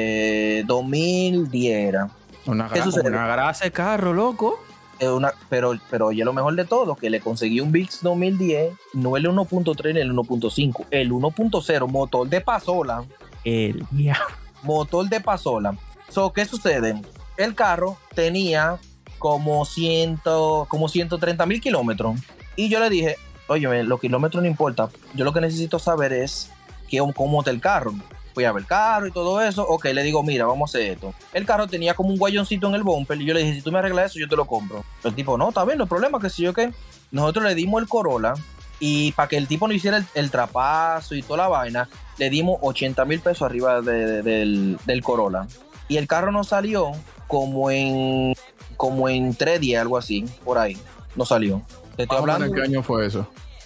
2010 era. Una grasa de carro, loco. Pero oye, lo mejor de todo, que le conseguí un VIX 2010, no el 1.3 ni el 1.5, el 1.0, motor de pasola. Motor de pasola. So, ¿qué sucede? El carro tenía como 130,000 kilómetros. Y yo le dije, oye, los kilómetros no importa. Yo lo que necesito saber es cómo está el carro. Fui a ver el carro y todo eso. Ok, le digo, mira, vamos a hacer esto. El carro tenía como un guayoncito en el bumper. Y yo le dije, si tú me arreglas eso, yo te lo compro. El tipo, no, está bien, no hay problema, que si yo qué. Nosotros le dimos el Corolla. Y para que el tipo no hiciera el trapazo y toda la vaina, le dimos 80,000 pesos arriba del Corolla. Y el carro nos salió como en 3 días, algo así, por ahí. No salió. Te estoy hablando. ¿De qué año fue eso?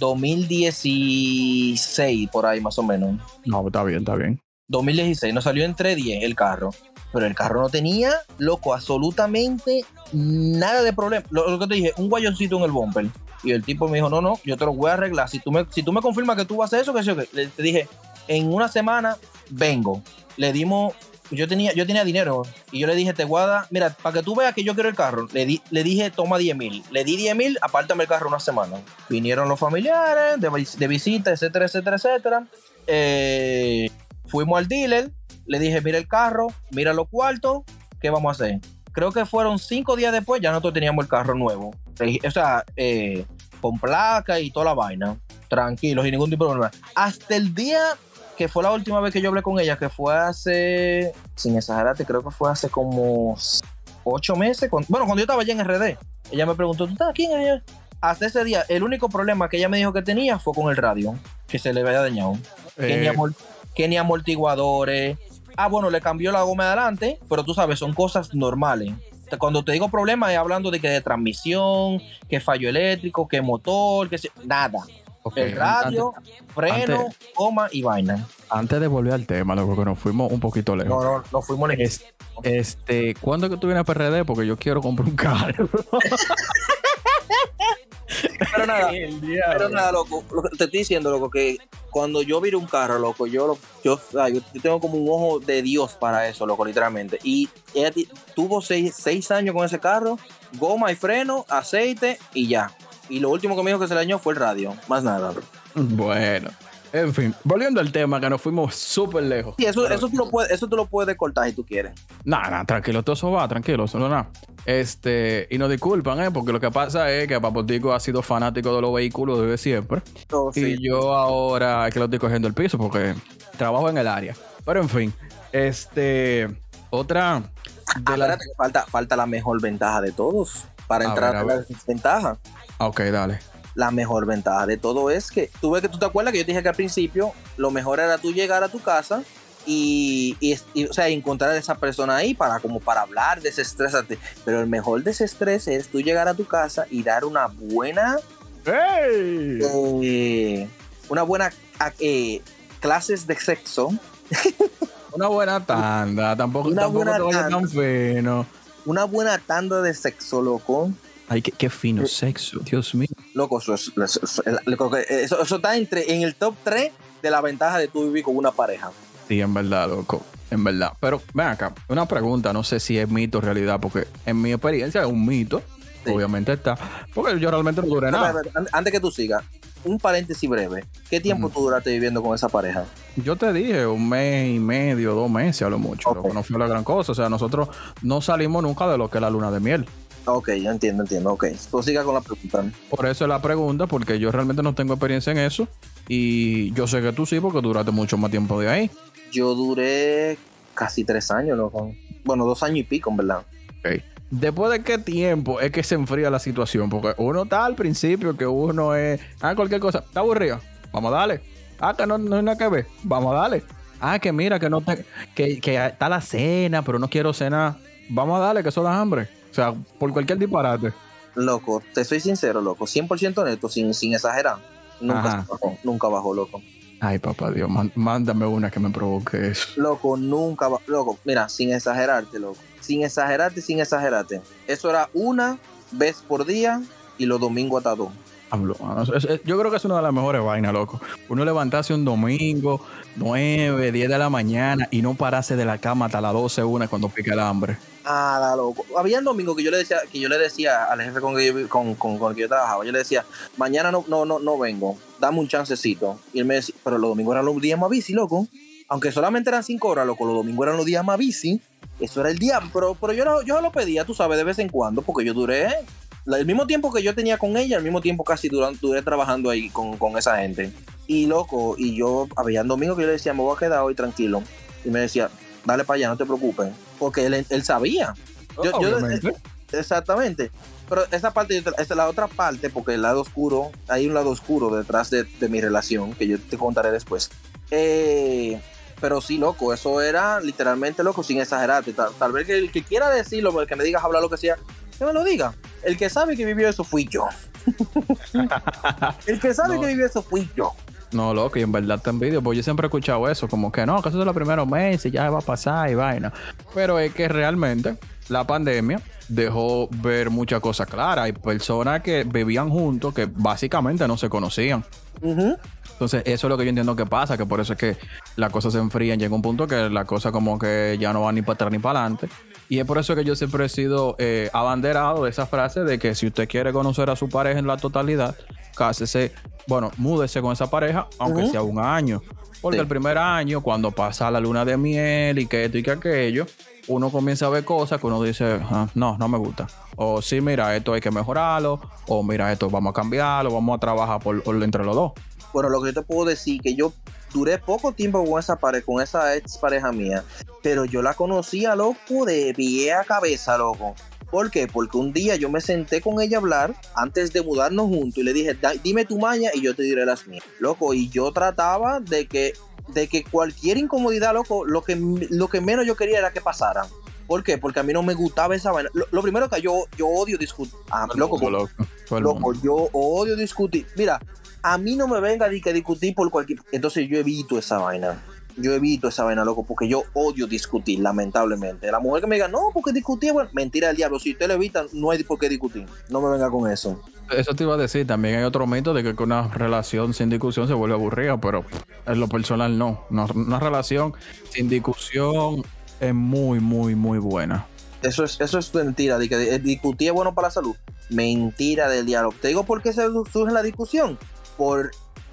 2016, por ahí más o menos. No, está bien. 2016, nos salió en 3 días el carro. Pero el carro no tenía, loco, absolutamente nada de problema. Lo que te dije, un guayoncito en el bumper. Y el tipo me dijo, no, yo te lo voy a arreglar. Si tú me confirmas que tú vas a hacer eso, que sí, te dije, en una semana vengo. Le dimos... Yo tenía dinero y yo le dije, te guarda, mira, para que tú veas que yo quiero el carro, le dije, toma 10,000. Le di 10,000, apártame el carro una semana. Vinieron los familiares de visita, etcétera, etcétera, etcétera. Fuimos al dealer, le dije, mira el carro, mira los cuartos, ¿qué vamos a hacer? Creo que fueron 5 días después, ya nosotros teníamos el carro nuevo. O sea, con placa y toda la vaina. Tranquilo, sin ningún tipo de problema. Hasta el día que fue la última vez que yo hablé con ella, que fue hace, sin exagerarte, creo que fue hace como 8 meses. Cuando yo estaba allá en RD, ella me preguntó, ¿tú estás aquí en ella? Hasta ese día, el único problema que ella me dijo que tenía fue con el radio, que se le había dañado. Que ni amortiguadores. Bueno, le cambió la goma de adelante, pero tú sabes, son cosas normales. Cuando te digo problema, es hablando de que de transmisión, que fallo eléctrico, que motor, nada. Okay. El radio, freno, goma y vaina. Antes de volver al tema, loco, que nos fuimos un poquito lejos. No, nos fuimos lejos. ¿Cuándo es que tú vienes a PRD? Porque yo quiero comprar un carro. Pero nada, loco. Te estoy diciendo, loco, que cuando yo viro un carro, loco, yo tengo como un ojo de Dios para eso, loco, literalmente. Y ella tuvo 6 años con ese carro, goma y freno, aceite y ya. Y lo último que me dijo que se le dañó fue el radio. Más nada, bro. Bueno. En fin, volviendo al tema, que nos fuimos súper lejos. Sí, eso tú lo puedes cortar si tú quieres. Nada, tranquilo, todo eso va, tranquilo, eso no nada. Y nos disculpan, porque lo que pasa es que Papotico ha sido fanático de los vehículos desde siempre. Oh, sí. Y yo ahora es que lo estoy cogiendo el piso porque trabajo en el área. Pero en fin, otra de las... falta la mejor ventaja de todos para entrar a la desventaja. Ok, dale. La mejor ventaja de todo es que tú te acuerdas que yo te dije que al principio lo mejor era tú llegar a tu casa y o sea, encontrar a esa persona ahí para hablar, desestresarte. Pero el mejor desestrés es tú llegar a tu casa y dar una buena clases de sexo. Una buena tanda, tampoco te vayas tan fino. Una buena tanda de sexo, loco. Ay, qué fino sexo, Dios mío. Loco, eso está en el top 3 de la ventaja de tú vivir con una pareja. Sí, en verdad, loco, en verdad. Pero ven acá, una pregunta, no sé si es mito o realidad, porque en mi experiencia es un mito obviamente está. Porque yo realmente no duré nada. Antes que tú sigas, un paréntesis breve. ¿Qué tiempo tú duraste viviendo con esa pareja? Yo te dije 1 mes y medio, 2 meses a lo mucho. Okay. No fue la gran cosa. O sea, nosotros no salimos nunca de lo que es la luna de miel. Ok, yo entiendo. Ok, pues siga con la pregunta. Por eso es la pregunta, porque yo realmente no tengo experiencia en eso. Y yo sé que tú sí, porque duraste mucho más tiempo de ahí. Yo duré casi 3 años, loco. Bueno, 2 años y pico, en verdad. Ok. ¿Después de qué tiempo es que se enfría la situación? Porque uno está al principio que uno es... cualquier cosa. ¿Está aburrido? Vamos a darle. Que no hay nada que ver. Vamos a darle. Que mira, que no te... Que está la cena, pero no quiero cenar. Vamos a darle, que eso da hambre. O sea, por cualquier disparate. Loco, te soy sincero, loco. 100% honesto, sin exagerar. Nunca bajó, loco. Ay, papá Dios, mándame una que me provoque eso. Loco, loco, mira, sin exagerarte, loco. Sin exagerarte. Eso era una vez por día y los domingos hasta 2. Yo creo que es una de las mejores vainas, loco. Uno levantarse un domingo, 9, 10 de la mañana y no pararse de la cama hasta las 12, 1 cuando pique el hambre. Loco. Había un domingo que yo le decía al jefe con el que yo trabajaba, yo le decía, mañana no vengo, dame un chancecito. Y él me decía, pero los domingos eran los días más bici, loco. Aunque solamente eran 5 horas, loco, los domingos eran los días más bici. Eso era el día, pero yo lo pedía, tú sabes, de vez en cuando, porque yo duré el mismo tiempo que yo tenía con ella, al mismo tiempo casi duré trabajando ahí con esa gente. Y loco, y yo había un domingo que yo le decía, me voy a quedar hoy tranquilo. Y me decía, dale para allá, no te preocupes. Porque él sabía. Exactamente. Pero esa parte, esa es la otra parte, porque el lado oscuro, hay un lado oscuro detrás de mi relación, que yo te contaré después. Pero sí, loco, eso era literalmente, loco, sin exagerarte. Tal vez que el que quiera decirlo, el que me digas hablar lo que sea, que me lo diga. El que sabe que vivió eso fui yo. El que sabe que vivió eso fui yo. No, loco, y en verdad te envidio, porque yo siempre he escuchado eso, como que no, que eso es los primeros meses, ya va a pasar y vaina. Pero es que realmente la pandemia dejó ver muchas cosas claras. Hay personas que vivían juntos que básicamente no se conocían. Uh-huh. Entonces, eso es lo que yo entiendo que pasa, que por eso es que las cosas se enfrían. Llega un punto que la cosa como que ya no va ni para atrás ni para adelante. Y es por eso que yo siempre he sido abanderado de esa frase de que si usted quiere conocer a su pareja en la totalidad, cásese, múdese con esa pareja, aunque sea 1 año. Porque el primer año, cuando pasa la luna de miel y que esto y que aquello, uno comienza a ver cosas que uno dice, no me gusta. O sí, mira, esto hay que mejorarlo. O mira, esto vamos a cambiarlo, vamos a trabajar por entre los dos. Bueno, lo que yo te puedo decir que yo duré poco tiempo con esa ex pareja mía, pero yo la conocía, loco, de pie a cabeza, loco. ¿Por qué? Porque un día yo me senté con ella a hablar antes de mudarnos juntos y le dije, dime tu maña y yo te diré las mías, loco. Y yo trataba de que cualquier incomodidad, loco, lo que menos yo quería era que pasara. ¿Por qué? Porque a mí no me gustaba esa vaina. Lo primero que yo odio discutir. Loco, yo odio discutir. Mira, a mí no me venga que discutir por cualquier... Entonces yo evito esa vaina, loco, porque yo odio discutir, lamentablemente. La mujer que me diga, no, porque discutir, bueno, mentira del diablo. Si usted le evita, no hay por qué discutir. No me venga con eso. Eso te iba a decir. También hay otro mito de que una relación sin discusión se vuelve aburrida, pero en lo personal no. Una relación sin discusión es muy, muy, muy buena. Eso es mentira, de que discutir es bueno para la salud. Mentira del diablo. Te digo por qué surge la discusión. Por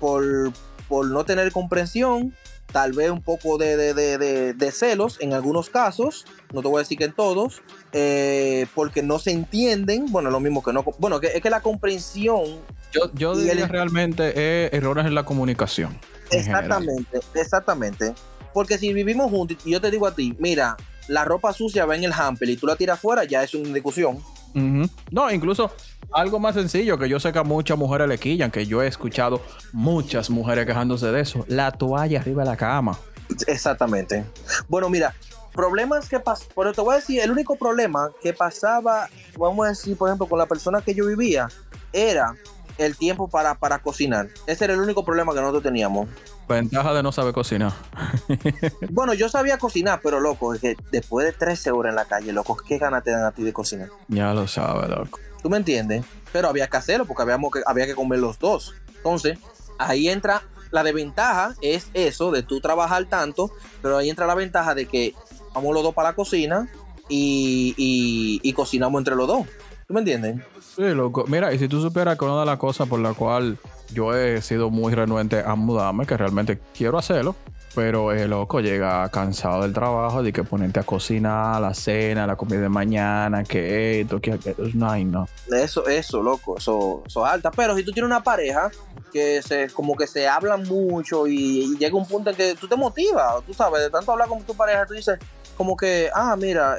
no tener comprensión, tal vez un poco de celos en algunos casos, no te voy a decir que en todos, porque no se entienden, lo mismo que no, es que la comprensión... Yo diría realmente errores en la comunicación. Exactamente, porque si vivimos juntos y yo te digo a ti, mira, la ropa sucia va en el hamper y tú la tiras fuera, ya es una discusión. Uh-huh. No, incluso algo más sencillo que yo sé que a muchas mujeres le quillan, que yo he escuchado muchas mujeres quejándose de eso, la toalla arriba de la cama. Exactamente. Bueno, mira, problemas que pasan, pero te voy a decir, el único problema que pasaba, vamos a decir, por ejemplo, con la persona que yo vivía, era el tiempo para cocinar. Ese era el único problema que nosotros teníamos. Ventaja de no saber cocinar. Bueno, yo sabía cocinar, pero loco, es que después de 13 horas en la calle, loco, ¿qué ganas te dan a ti de cocinar? Ya lo sabes, loco. ¿Tú me entiendes? Pero había que hacerlo porque había que comer los dos. Entonces, ahí entra la desventaja, es eso de tú trabajar tanto, pero ahí entra la ventaja de que vamos los dos para la cocina y cocinamos entre los dos. ¿Tú me entiendes? Sí, loco. Mira, y si tú supieras que una de las cosas por la cual yo he sido muy renuente a mudarme, que realmente quiero hacerlo, pero loco, llega cansado del trabajo, de que ponerte a cocinar, la cena, la comida de mañana, que esto, que aquello. No. Eso, loco, eso es alta. Pero si tú tienes una pareja como que se hablan mucho y llega un punto en que tú te motivas, tú sabes, de tanto hablar con tu pareja, tú dices como que, mira,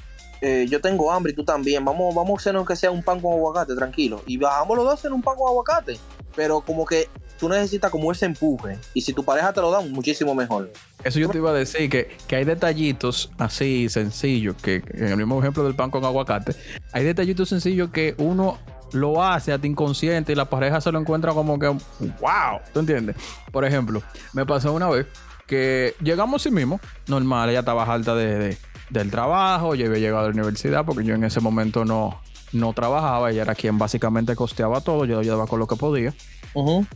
yo tengo hambre y tú también, vamos a hacer aunque sea un pan con aguacate, tranquilo. Y bajamos los dos a hacer un pan con aguacate. Pero como que tú necesitas como ese empuje. Y si tu pareja te lo da, muchísimo mejor. Eso yo te iba a decir, que hay detallitos así sencillos, que en el mismo ejemplo del pan con aguacate, hay detallitos sencillos que uno lo hace a ti inconsciente y la pareja se lo encuentra como que, wow, ¿tú entiendes? Por ejemplo, me pasó una vez que llegamos sí mismo, normal, ella estaba alta del trabajo, yo había llegado a la universidad porque yo en ese momento no trabajaba, ella era quien básicamente costeaba todo, yo ayudaba con lo que podía. Uh-huh.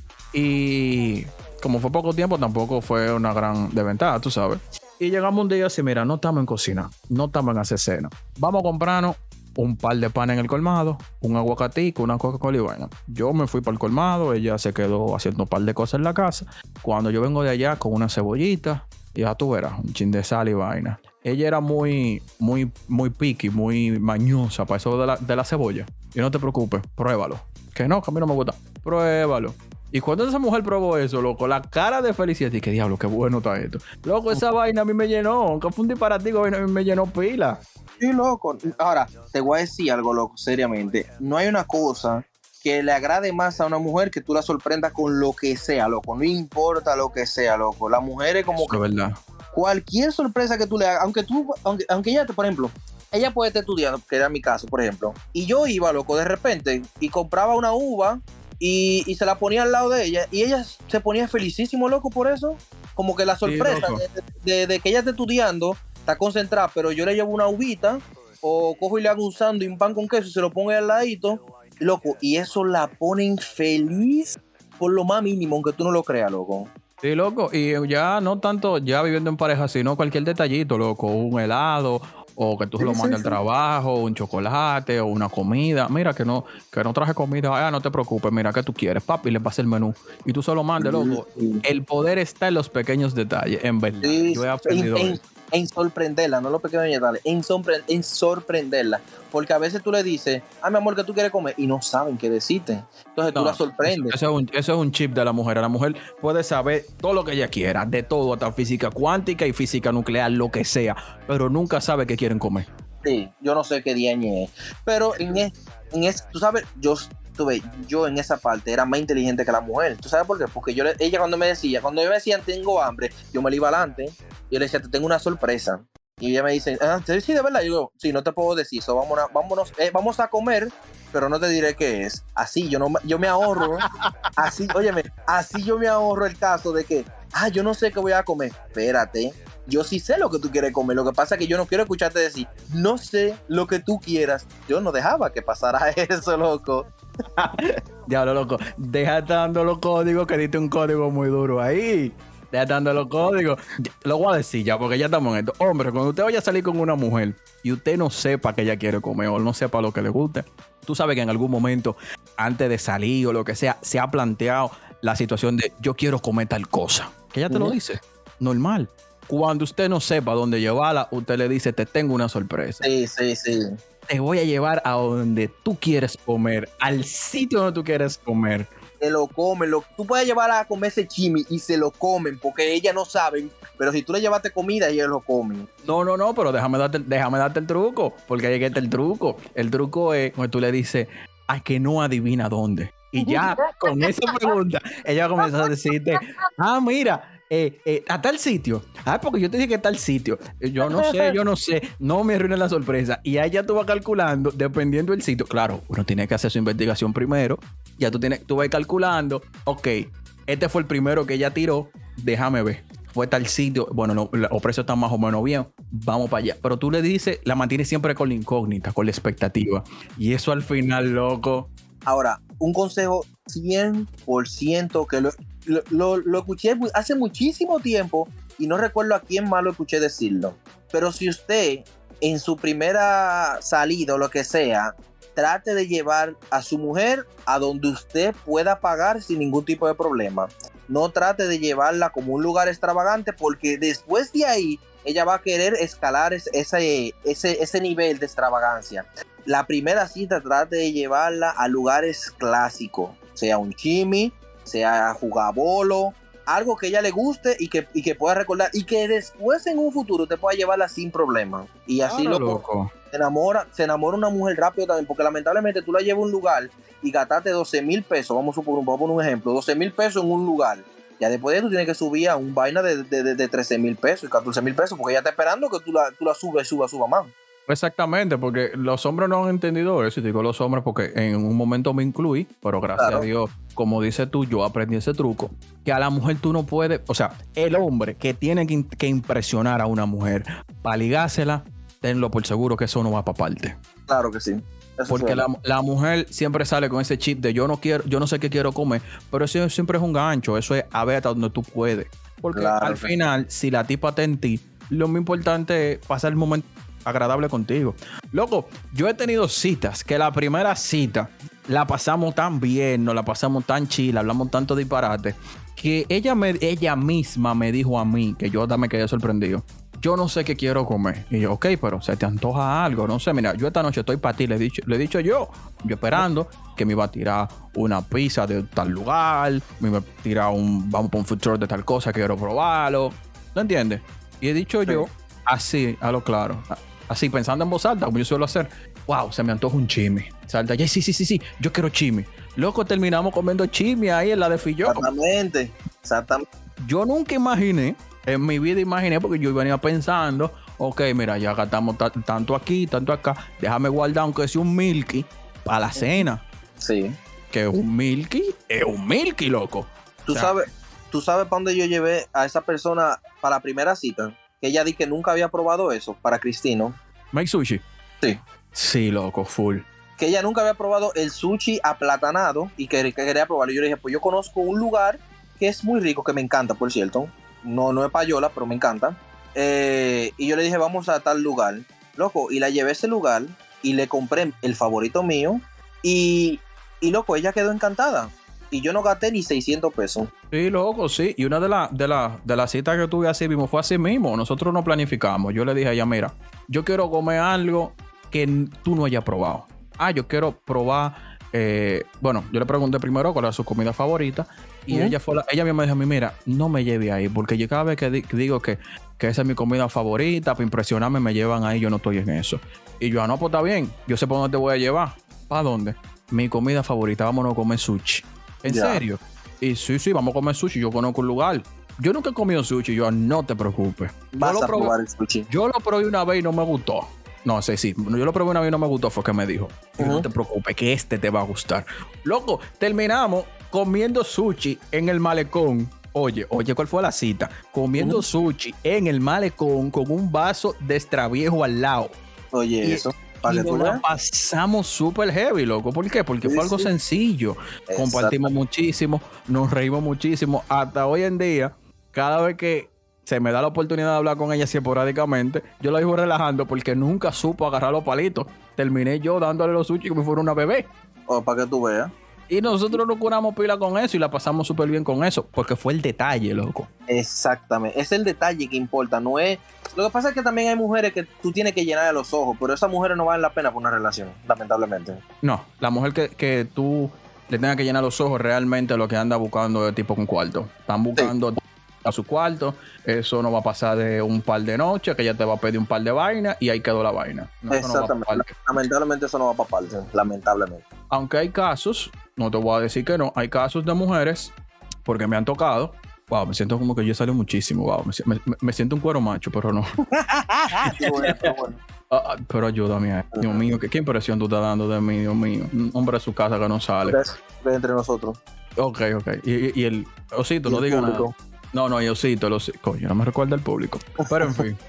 Y como fue poco tiempo, tampoco fue una gran desventaja, tú sabes. Y llegamos un día así, mira, no estamos en cocina, no estamos en hacer cena. Vamos a comprarnos un par de pan en el colmado, un aguacatico, una Coca-Cola y vaina. Yo me fui para el colmado, ella se quedó haciendo un par de cosas en la casa. Cuando yo vengo de allá con una cebollita, ya tú verás, un chin de sal y vaina. Ella era muy picky, muy mañosa para eso de la cebolla. Y no te preocupes, pruébalo. Que no, que a mí no me gusta. Pruébalo. Y cuando esa mujer probó eso, loco, la cara de felicidad, y que diablo, qué bueno está esto. Loco, esa vaina a mí me llenó, aunque fue un disparatico, a mí me llenó pila. Sí, loco. Ahora, te voy a decir algo, loco, seriamente. No hay una cosa que le agrade más a una mujer que tú la sorprendas con lo que sea, loco. No importa lo que sea, loco. La mujer es como que... Es verdad. Cualquier sorpresa que tú le hagas, aunque ella, por ejemplo, ella puede estar estudiando, que era mi caso, por ejemplo, y yo iba, loco, de repente, y compraba una uva y se la ponía al lado de ella, y ella se ponía felicísimo, loco, por eso. Como que la sorpresa sí, de que ella esté estudiando, está concentrada, pero yo le llevo una uvita, o cojo y le hago un sándwich, un pan con queso, y se lo pongo ahí al ladito, loco, y eso la ponen feliz por lo más mínimo, aunque tú no lo creas, loco. Sí, loco, y ya no tanto ya viviendo en pareja, sino cualquier detallito, loco, un helado, o que tú se lo mandes al trabajo, un chocolate, o una comida. Mira que no traje comida, no te preocupes, mira que tú quieres, papi, le pasa el menú. Y tú se lo mandes, loco. El poder está en los pequeños detalles, en verdad. Sí, yo he aprendido en sorprenderla, no los pequeños detalles, en sorprenderla. Porque a veces tú le dices, mi amor, ¿qué tú quieres comer? Y no saben qué decirte. Entonces tú la sorprendes. Eso es un chip de la mujer. La mujer puede saber todo lo que ella quiera, de todo, hasta física cuántica y física nuclear, lo que sea, pero nunca sabe qué quieren comer. Sí, yo no sé qué día es. Pero tú sabes, yo en esa parte era más inteligente que la mujer. ¿Tú sabes por qué? Porque ella cuando yo me decía tengo hambre, yo me la iba adelante. Yo le decía, te tengo una sorpresa. Y ella me dice, sí, de verdad. Y yo, sí, no te puedo decir eso. Vamos a comer, pero no te diré qué es. Así yo me ahorro. Así, óyeme, así yo me ahorro el caso de que, yo no sé qué voy a comer. Espérate. Yo sí sé lo que tú quieres comer. Lo que pasa es que yo no quiero escucharte decir, no sé lo que tú quieras. Yo no dejaba que pasara eso, loco. Diablo, loco. Déjate dando los códigos, que diste un código muy duro ahí. Déjate dando los códigos. Lo voy a decir ya, porque ya estamos en esto. Hombre, cuando usted vaya a salir con una mujer y usted no sepa que ella quiere comer o no sepa lo que le guste, tú sabes que en algún momento, antes de salir o lo que sea, se ha planteado la situación de yo quiero comer tal cosa. Que ella te lo dice. Normal. Cuando usted no sepa dónde llevarla, usted le dice, te tengo una sorpresa. Sí. Te voy a llevar a donde tú quieres comer, al sitio donde tú quieres comer. Se lo comen. Tú puedes llevarla a comer ese chimi y se lo comen porque ellas no saben. Pero si tú le llevaste comida, ellas lo comen. No, pero déjame darte el truco. Porque ahí está el truco. El truco es cuando tú le dices a que no adivina dónde. Y ya con esa pregunta, ella va a comenzar a decirte, mira, a tal sitio. Porque yo te dije que tal sitio. Yo no sé. No me arruines la sorpresa. Y ahí ya tú vas calculando, dependiendo del sitio. Claro, uno tiene que hacer su investigación primero. Ya tú vas calculando. Ok, este fue el primero que ella tiró. Déjame ver. Fue tal sitio. Bueno, los precios están más o menos bien. Vamos para allá. Pero tú le dices, la mantienes siempre con la incógnita, con la expectativa. Y eso al final, loco. Ahora, un consejo 100% que lo escuché hace muchísimo tiempo y no recuerdo a quién más lo escuché decirlo. Pero si usted en su primera salida o lo que sea trate de llevar a su mujer a donde usted pueda pagar sin ningún tipo de problema. No trate de llevarla como un lugar extravagante, porque después de ahí ella va a querer escalar ese nivel de extravagancia. La primera cita trate de llevarla a lugares clásicos, sea un chimi, sea jugar bolo, algo que a ella le guste y que pueda recordar, y que después en un futuro te pueda llevarla sin problema. Y así loco. Se enamora una mujer rápido también, porque lamentablemente tú la llevas a un lugar y gastaste 12,000 pesos, vamos a poner un ejemplo, 12,000 pesos en un lugar. Ya después de eso tú tienes que subir a un vaina de 13,000 pesos y 14,000 pesos, porque ella está esperando que tú la subas y suba más. Exactamente, porque los hombres no han entendido eso. Y digo los hombres porque en un momento me incluí, pero gracias a Dios, como dices tú, yo aprendí ese truco, que a la mujer tú no puedes, o sea, el hombre que tiene que impresionar a una mujer para ligársela, tenlo por seguro que eso no va para parte. Claro que sí. Eso porque la mujer siempre sale con ese chip de yo no sé qué quiero comer, pero eso siempre es un gancho, eso es a ver hasta donde tú puedes. Porque al final, si la tipa está en ti, lo más importante es pasar el momento agradable contigo. Loco, yo he tenido citas que la primera cita la pasamos tan bien, nos la pasamos tan chila, hablamos tanto disparate, que ella misma me dijo a mí, que yo me quedé sorprendido, yo no sé qué quiero comer. Y yo, ok, pero se te antoja algo, no sé, mira, yo esta noche estoy para ti, le he dicho yo esperando que me iba a tirar una pizza de tal lugar, me iba a tirar vamos para un food truck de tal cosa, quiero probarlo, ¿no entiendes? Y he dicho yo, así, a lo claro, así pensando en voz alta, como yo suelo hacer, wow, se me antoja un chimi. Salta, ya, sí, yo quiero chimi. Loco, terminamos comiendo chimi ahí en la de Fillón. Exactamente. Yo nunca imaginé, en mi vida imaginé, porque yo venía pensando, ok, mira, ya gastamos tanto aquí, tanto acá, déjame guardar aunque sea un milky para la cena. Sí. Que un milky es un milky, loco. Tú sabes para dónde yo llevé a esa persona para la primera cita, que ella di que nunca había probado eso, para Cristino. ¿Make sushi? Sí. Sí, loco, full. Que ella nunca había probado el sushi aplatanado y que quería probarlo. Yo le dije, pues yo conozco un lugar que es muy rico, que me encanta, por cierto. No es payola, pero me encanta. Y yo le dije, vamos a tal lugar. Loco, y la llevé a ese lugar y le compré el favorito mío. Y loco, ella quedó encantada. Y yo no gasté ni 600 pesos. Sí, loco, sí. Y una de las citas que tuve así mismo fue así mismo. Nosotros no planificamos. Yo le dije a ella, mira, yo quiero comer algo que tú no hayas probado. Yo quiero probar. Bueno, yo le pregunté primero cuál era su comida favorita. Y ella misma dijo a mí, mira, no me lleve ahí. Porque yo cada vez que digo que esa es mi comida favorita, para impresionarme, me llevan ahí. Yo no estoy en eso. Y yo, no, pues está bien. Yo sé por dónde te voy a llevar. ¿Para dónde? Mi comida favorita. Vámonos a comer sushi. ¿En serio? Y sí, vamos a comer sushi. Yo conozco un lugar. Yo nunca he comido sushi. Yo, no te preocupes. Vas a probar el sushi. Yo lo probé una vez y no me gustó. No sé, sí. Yo lo probé una vez y no me gustó. Fue que me dijo, no te preocupes, que este te va a gustar. Loco, terminamos comiendo sushi en el malecón. Oye, ¿cuál fue la cita? Comiendo sushi en el malecón con un vaso de extraviejo al lado. Oye, eso. Y nos la pasamos súper heavy, loco. ¿Por qué? Porque fue algo sencillo. Compartimos muchísimo, nos reímos muchísimo. Hasta hoy en día, cada vez que se me da la oportunidad de hablar con ella esporádicamente, yo la digo relajando porque nunca supo agarrar los palitos. Terminé yo dándole los sushi como si fuera una bebé. Para que tú veas. Y nosotros nos curamos pila con eso y la pasamos súper bien con eso, porque fue el detalle, loco. Exactamente, es el detalle que importa, no es... Lo que pasa es que también hay mujeres que tú tienes que llenar de los ojos, pero esas mujeres no valen la pena por una relación, lamentablemente. No, la mujer que tú le tengas que llenar los ojos realmente lo que anda buscando es tipo con cuarto. Están buscando a su cuarto, eso no va a pasar de un par de noches, que ella te va a pedir un par de vainas y ahí quedó la vaina. No, exactamente, lamentablemente eso no va para parte, lamentablemente. Aunque hay casos, no te voy a decir que no, hay casos de mujeres, porque me han tocado. Wow, me siento como que yo salí muchísimo. Wow, me siento un cuero macho, pero no. Qué bueno. Pero ayúdame. Dios mío, ¿qué impresión tú estás dando de mí, Dios mío? Un hombre de su casa que no sale. Ve entre nosotros. Ok. Y el Osito, no diga nada. No, y Osito, coño, no me recuerda el público. Pero en fin.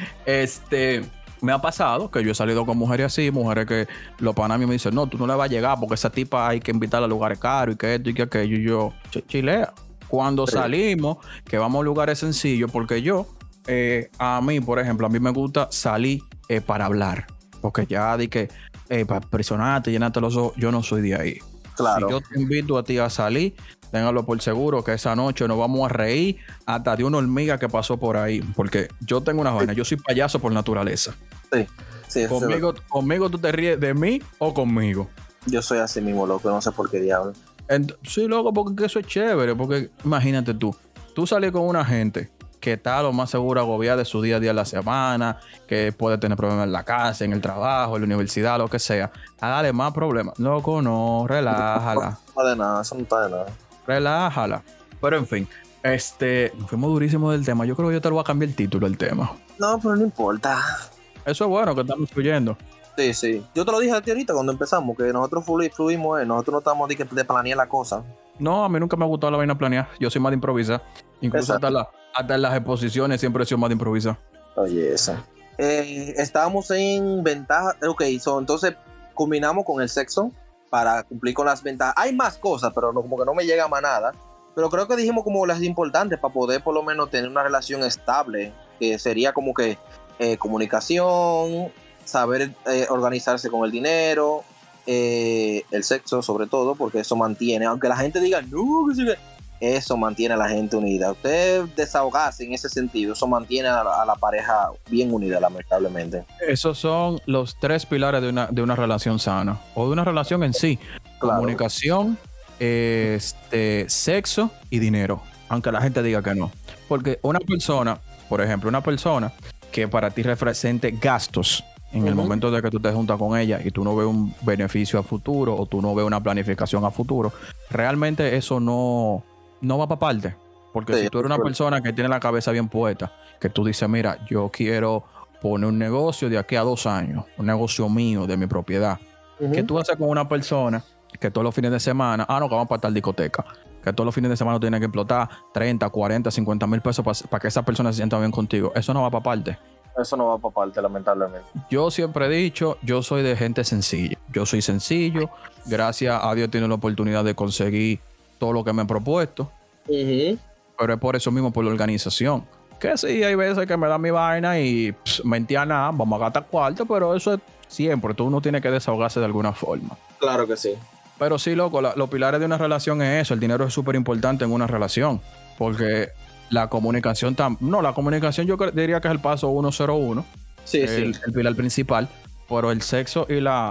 Me ha pasado que yo he salido con mujeres así, mujeres que los panas me dicen, no, tú no le vas a llegar porque esa tipa hay que invitarla a lugares caros y que esto y que aquello. Y yo, chilea. Cuando salimos, que vamos a lugares sencillos, porque a mí, por ejemplo, a mí me gusta salir para hablar. Porque ya di que para presionarte, llenarte los ojos, yo no soy de ahí. Claro. Si yo te invito a ti a salir, téngalo por seguro que esa noche nos vamos a reír hasta de una hormiga que pasó por ahí. Porque yo tengo una vaina, yo soy payaso por naturaleza. Sí, Conmigo tú te ríes de mí o conmigo. yo soy así mismo, loco, no sé por qué diablo. Sí, loco, porque eso es chévere. Porque imagínate tú sales con una gente que está lo más seguro agobiada de su día a día en la semana, que puede tener problemas en la casa, en el trabajo, en la universidad, lo que sea. Hágale más problemas. Loco, no, relájala. No está de nada, eso no está de nada. Relájala. Pero en fin, nos fuimos durísimos del tema. Yo creo que yo te lo voy a cambiar el título del tema. No, pero no importa. Eso es bueno que estamos fluyendo. Sí. Yo te lo dije a ti ahorita cuando empezamos, que nosotros fluimos, nosotros no estamos de planear la cosa. No, a mí nunca me ha gustado la vaina planeada. Yo soy más de improvisar. Incluso hasta en las exposiciones siempre he sido más de improvisar. Oye, eso. Estábamos en ventaja. Ok, entonces combinamos con el sexo para cumplir con las ventajas. Hay más cosas, pero como que no me llega más nada. Pero creo que dijimos como las importantes para poder por lo menos tener una relación estable, que sería como que comunicación, saber organizarse con el dinero, el sexo sobre todo, porque eso mantiene, aunque la gente diga, no, eso mantiene a la gente unida. Usted desahogarse en ese sentido, eso mantiene a la pareja bien unida, lamentablemente. Esos son los 3 pilares de una relación sana, o de una relación en sí. Claro. Comunicación, sexo y dinero, aunque la gente diga que no. Porque una persona, por ejemplo, que para ti represente gastos en el momento de que tú te juntas con ella y tú no ves un beneficio a futuro o tú no ves una planificación a futuro, realmente eso no va para parte. Porque si tú eres una persona que tiene la cabeza bien puesta, que tú dices, mira, yo quiero poner un negocio de aquí a 2 años, un negocio mío, de mi propiedad, ¿qué tú haces con una persona que todos los fines de semana, que vamos para tal discoteca, que todos los fines de semana tiene que explotar 30, 40, 50 mil pesos para que esa persona se sienta bien contigo? Eso no va para parte. Eso no va para parte, lamentablemente. Yo siempre he dicho, yo soy de gente sencilla. Yo soy sencillo. Gracias a Dios he tenido la oportunidad de conseguir todo lo que me he propuesto. Pero es por eso mismo, por la organización. Que sí, hay veces que me da mi vaina y me entiana, vamos a gastar cuarto, pero eso es siempre. Uno tiene que desahogarse de alguna forma. Claro que sí. Pero sí, loco, los pilares de una relación es eso. El dinero es súper importante en una relación. Porque la comunicación la comunicación yo diría que es el paso 101. Sí. El pilar principal. Pero el sexo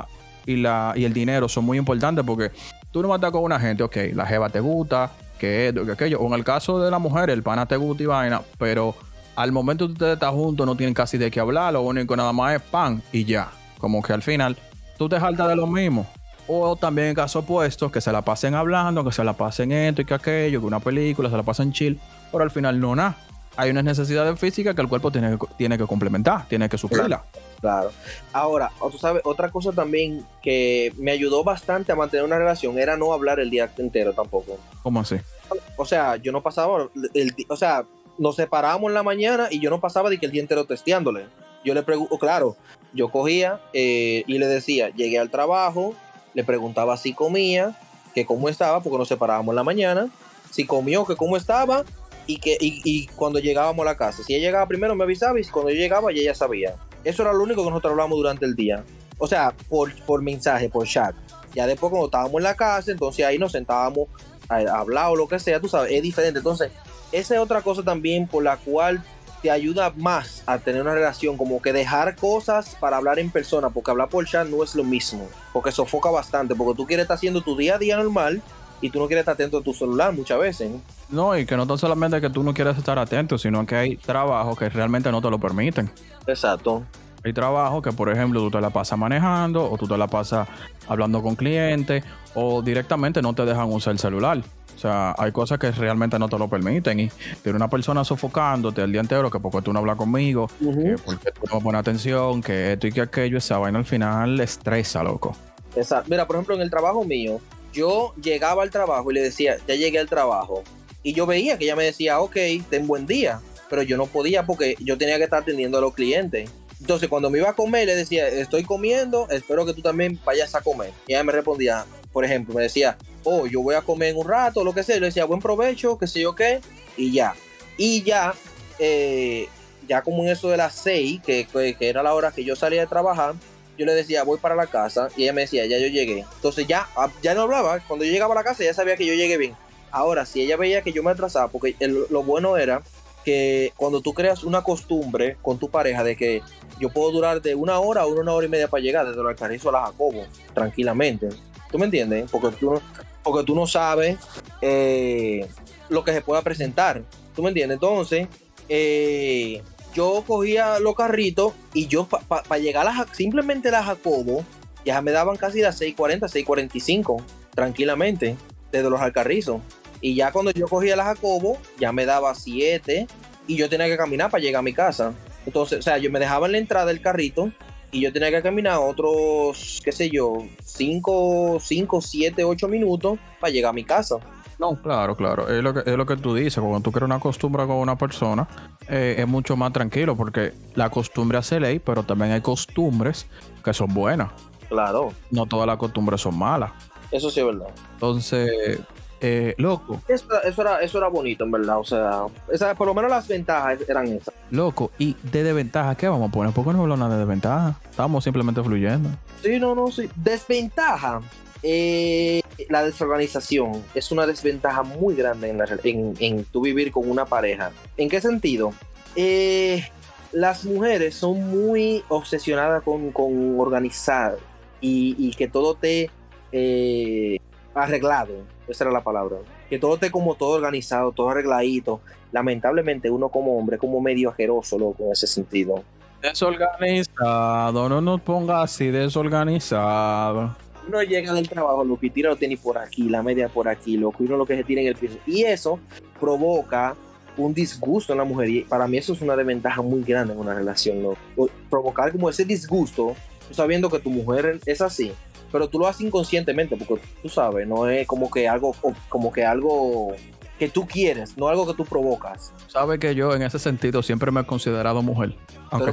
y el dinero son muy importantes porque tú no vas a estar con una gente, ok, la jeva te gusta, que esto, que aquello. O en el caso de la mujer, el pana te gusta y vaina, pero al momento que ustedes están juntos no tienen casi de qué hablar, lo único nada más es pan y ya. Como que al final tú te jaltas de lo mismo. O también en caso opuesto, que se la pasen hablando, que se la pasen esto y que aquello, que una película, se la pasen chill, pero al final no nada. Hay unas necesidades físicas que el cuerpo tiene que complementar, tiene que suplirla. Claro. Ahora, tú sabes, otra cosa también que me ayudó bastante a mantener una relación era no hablar el día entero tampoco. ¿Cómo así? O sea, yo no pasaba, nos separábamos en la mañana y yo no pasaba de que el día entero testeándole. Yo le pregunto, claro, yo cogía y le decía, llegué al trabajo, le preguntaba si comía, que cómo estaba, porque nos separábamos en la mañana, si comió, que cómo estaba, y cuando llegábamos a la casa. Si ella llegaba primero me avisaba y cuando yo llegaba ya ella sabía. Eso era lo único que nosotros hablamos durante el día. O sea, por mensaje, por chat. Ya después cuando estábamos en la casa, entonces ahí nos sentábamos a hablar o lo que sea, tú sabes, es diferente. Entonces, esa es otra cosa también por la cual te ayuda más a tener una relación, como que dejar cosas para hablar en persona, porque hablar por chat no es lo mismo, porque sofoca bastante, porque tú quieres estar haciendo tu día a día normal y tú no quieres estar atento a tu celular muchas veces. No, y que no tan solamente que tú no quieres estar atento, sino que hay trabajos que realmente no te lo permiten. Exacto. Hay trabajos que, por ejemplo, tú te la pasas manejando o tú te la pasas hablando con clientes o directamente no te dejan usar el celular. O sea, hay cosas que realmente no te lo permiten y tiene una persona sofocándote el día entero que porque tú no hablas conmigo, que porque tú no pones atención, que esto y que aquello, esa vaina al final estresa, loco. Exacto. Mira, por ejemplo, en el trabajo mío, yo llegaba al trabajo y le decía, ya llegué al trabajo. Y yo veía que ella me decía, ok, ten buen día. Pero yo no podía porque yo tenía que estar atendiendo a los clientes. Entonces, cuando me iba a comer, le decía, estoy comiendo, espero que tú también vayas a comer. Y ella me respondía, por ejemplo, me decía, yo voy a comer en un rato, lo que sea. Y le decía, buen provecho, qué sé yo qué, y ya. Y ya, ya como en eso de las 6, que era la hora que yo salía de trabajar, yo le decía, voy para la casa, y ella me decía, ya yo llegué. Entonces ya no hablaba, cuando yo llegaba a la casa, ella sabía que yo llegué bien. Ahora, si ella veía que yo me atrasaba, porque lo bueno era que cuando tú creas una costumbre con tu pareja de que yo puedo durar de 1 hora a 1 hora y media para llegar desde los Alcarrizos a la Jacobo, tranquilamente. ¿Tú me entiendes? Porque tú no sabes lo que se pueda presentar. ¿Tú me entiendes? Entonces, yo cogía los carritos y yo para llegar simplemente a la Jacobo, ya me daban casi las 6:40, 6:45, tranquilamente, desde los Alcarrizos. Y ya cuando yo cogía la Jacobo, ya me daba 7 y yo tenía que caminar para llegar a mi casa. Entonces, o sea, yo me dejaba en la entrada del carrito y yo tenía que caminar otros, qué sé yo, 5, 7, 8 minutos para llegar a mi casa. No, claro. Es lo que tú dices. Cuando tú creas una costumbre con una persona, es mucho más tranquilo porque la costumbre hace ley, pero también hay costumbres que son buenas. Claro. No todas las costumbres son malas. Eso sí es verdad. Entonces, loco. Eso era bonito, en verdad. O sea, por lo menos las ventajas eran esas. Loco, ¿y de desventaja qué vamos a poner? ¿Por qué no hablamos nada de desventaja? Estamos simplemente fluyendo. Sí, sí. Desventaja. La desorganización es una desventaja muy grande en tu vivir con una pareja. ¿En qué sentido? Las mujeres son muy obsesionadas con organizar y que todo esté arreglado. Esa era la palabra. Que todo esté como todo organizado, todo arregladito. Lamentablemente uno como hombre como medio ajeroso, loco, en ese sentido. Desorganizado, no nos ponga así, desorganizado. Uno llega del trabajo, lo que tira lo tiene por aquí, la media por aquí, loco, y uno lo que se tira en el piso. Y eso provoca un disgusto en la mujer. Y para mí eso es una desventaja muy grande en una relación, loco. Provocar como ese disgusto, sabiendo que tu mujer es así, pero tú lo haces inconscientemente, porque tú sabes, no es como que algo que tú quieres, no algo que tú provocas. Sabes que yo en ese sentido siempre me he considerado mujer. Aunque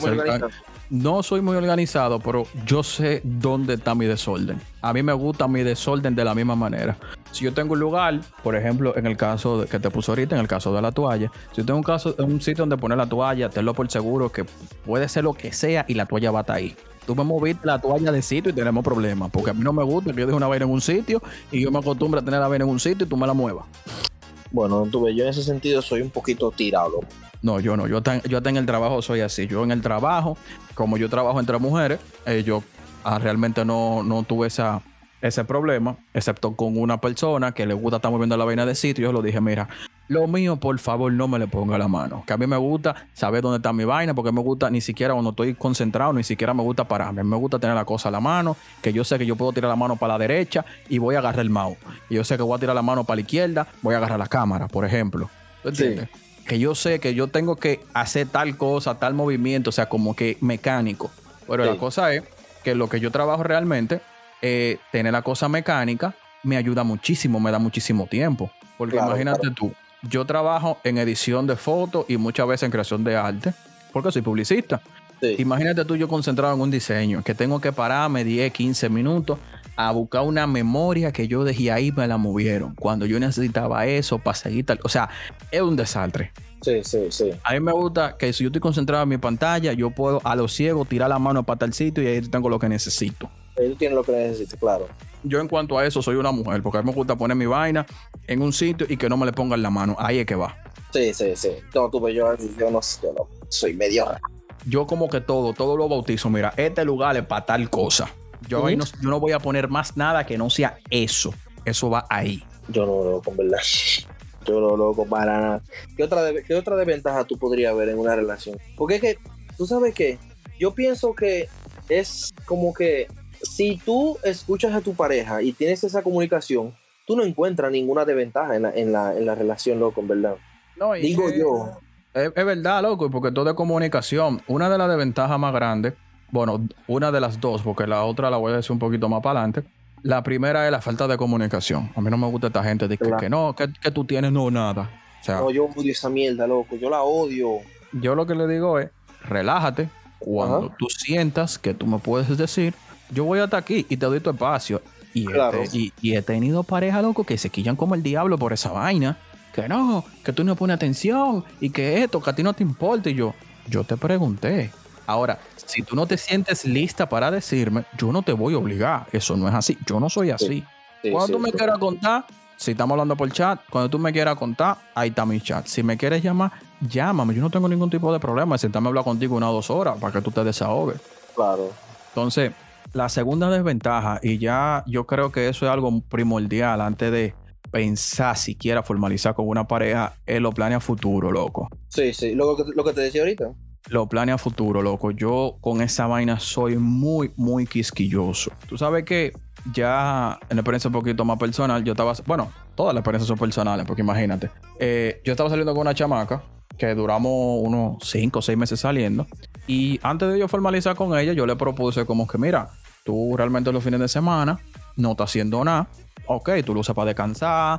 no soy muy organizado, pero yo sé dónde está mi desorden. A mí me gusta mi desorden de la misma manera. Si yo tengo un lugar, por ejemplo, en el caso que te puso ahorita, en el caso de la toalla, si yo tengo un sitio donde poner la toalla, tenlo por seguro que puede ser lo que sea y la toalla va a estar ahí. Tú me moviste la toalla de sitio y tenemos problemas, porque a mí no me gusta que yo deje una vaina en un sitio y yo me acostumbro a tener la vaina en un sitio y tú me la muevas. Bueno, yo en ese sentido soy un poquito tirado. No, yo no. Yo hasta en el trabajo soy así. Yo en el trabajo, como yo trabajo entre mujeres, yo realmente no tuve ese problema, excepto con una persona que le gusta estar moviendo la vaina de sitio. Yo le dije, mira, lo mío, por favor, no me le ponga la mano. Que a mí me gusta saber dónde está mi vaina, porque me gusta, ni siquiera cuando estoy concentrado, ni siquiera me gusta pararme. Me gusta tener la cosa a la mano, que yo sé que yo puedo tirar la mano para la derecha y voy a agarrar el mouse. Y yo sé que voy a tirar la mano para la izquierda, voy a agarrar la cámara, por ejemplo. ¿Tú entiendes? Sí. Que yo sé que yo tengo que hacer tal cosa, tal movimiento, o sea, como que mecánico. Pero sí, la cosa es que lo que yo trabajo realmente, tener la cosa mecánica, me ayuda muchísimo, me da muchísimo tiempo. Porque claro, imagínate tú, yo trabajo en edición de fotos y muchas veces en creación de arte, porque soy publicista. Sí. Imagínate tú yo concentrado en un diseño, que tengo que pararme 10, 15 minutos a buscar una memoria que yo dejé ahí, me la movieron. Cuando yo necesitaba eso para seguir tal. O sea, es un desastre. Sí. A mí me gusta que si yo estoy concentrado en mi pantalla, yo puedo a lo ciego tirar la mano para tal sitio y ahí tengo lo que necesito. Ahí tú tienes lo que necesitas, claro. Yo en cuanto a eso soy una mujer, porque a mí me gusta poner mi vaina en un sitio y que no me le pongan la mano. Ahí es que va. Sí. No, tú, pues yo no soy medio raro. Yo como que todo lo bautizo. Mira, este lugar es para tal cosa. Yo no voy a poner más nada que no sea eso. Eso va ahí. Yo no lo con verdad. Yo no lo con para nada. ¿Qué otra desventaja tú podrías ver en una relación? Porque es que, tú sabes que yo pienso que es como que si tú escuchas a tu pareja y tienes esa comunicación, tú no encuentras ninguna desventaja en la relación, loco, en verdad. No, digo yo. Es verdad, loco, porque todo es comunicación. Una de las desventajas más grandes, bueno, una de las dos, porque la otra la voy a decir un poquito más para adelante. La primera es la falta de comunicación. A mí no me gusta esta gente de que no, que tú tienes no nada. O sea, no, yo odio esa mierda, loco. Yo la odio. Yo lo que le digo es, relájate. Cuando tú sientas que tú me puedes decir, yo voy hasta aquí y te doy tu espacio. Y, claro. y he tenido parejas, loco, que se quillan como el diablo por esa vaina. Que no, que tú no pones atención y que esto, que a ti no te importa. Y yo te pregunté, Ahora, si tú no te sientes lista para decirme, yo no te voy a obligar. Eso no es así. Yo no soy así. Cuando tú me quieras contar, si estamos hablando por chat, cuando tú me quieras contar, ahí está mi chat. Si me quieres llamar, llámame. Yo no tengo ningún tipo de problema. Sentarme a hablar contigo 1 o 2 horas para que tú te desahogues. Claro. Entonces, la segunda desventaja, y ya yo creo que eso es algo primordial antes de pensar siquiera formalizar con una pareja, es los planes a futuro, loco. Sí, lo que te decía ahorita. Los planes a futuro, loco. Yo con esa vaina soy muy, muy quisquilloso. Tú sabes que ya en la experiencia un poquito más personal, yo estaba... Bueno, todas las experiencias son personales, porque imagínate. Yo estaba saliendo con una chamaca que duramos unos 5 o 6 meses saliendo. Y antes de yo formalizar con ella, yo le propuse como que, mira, tú realmente los fines de semana no estás haciendo nada. Ok, tú lo usas para descansar,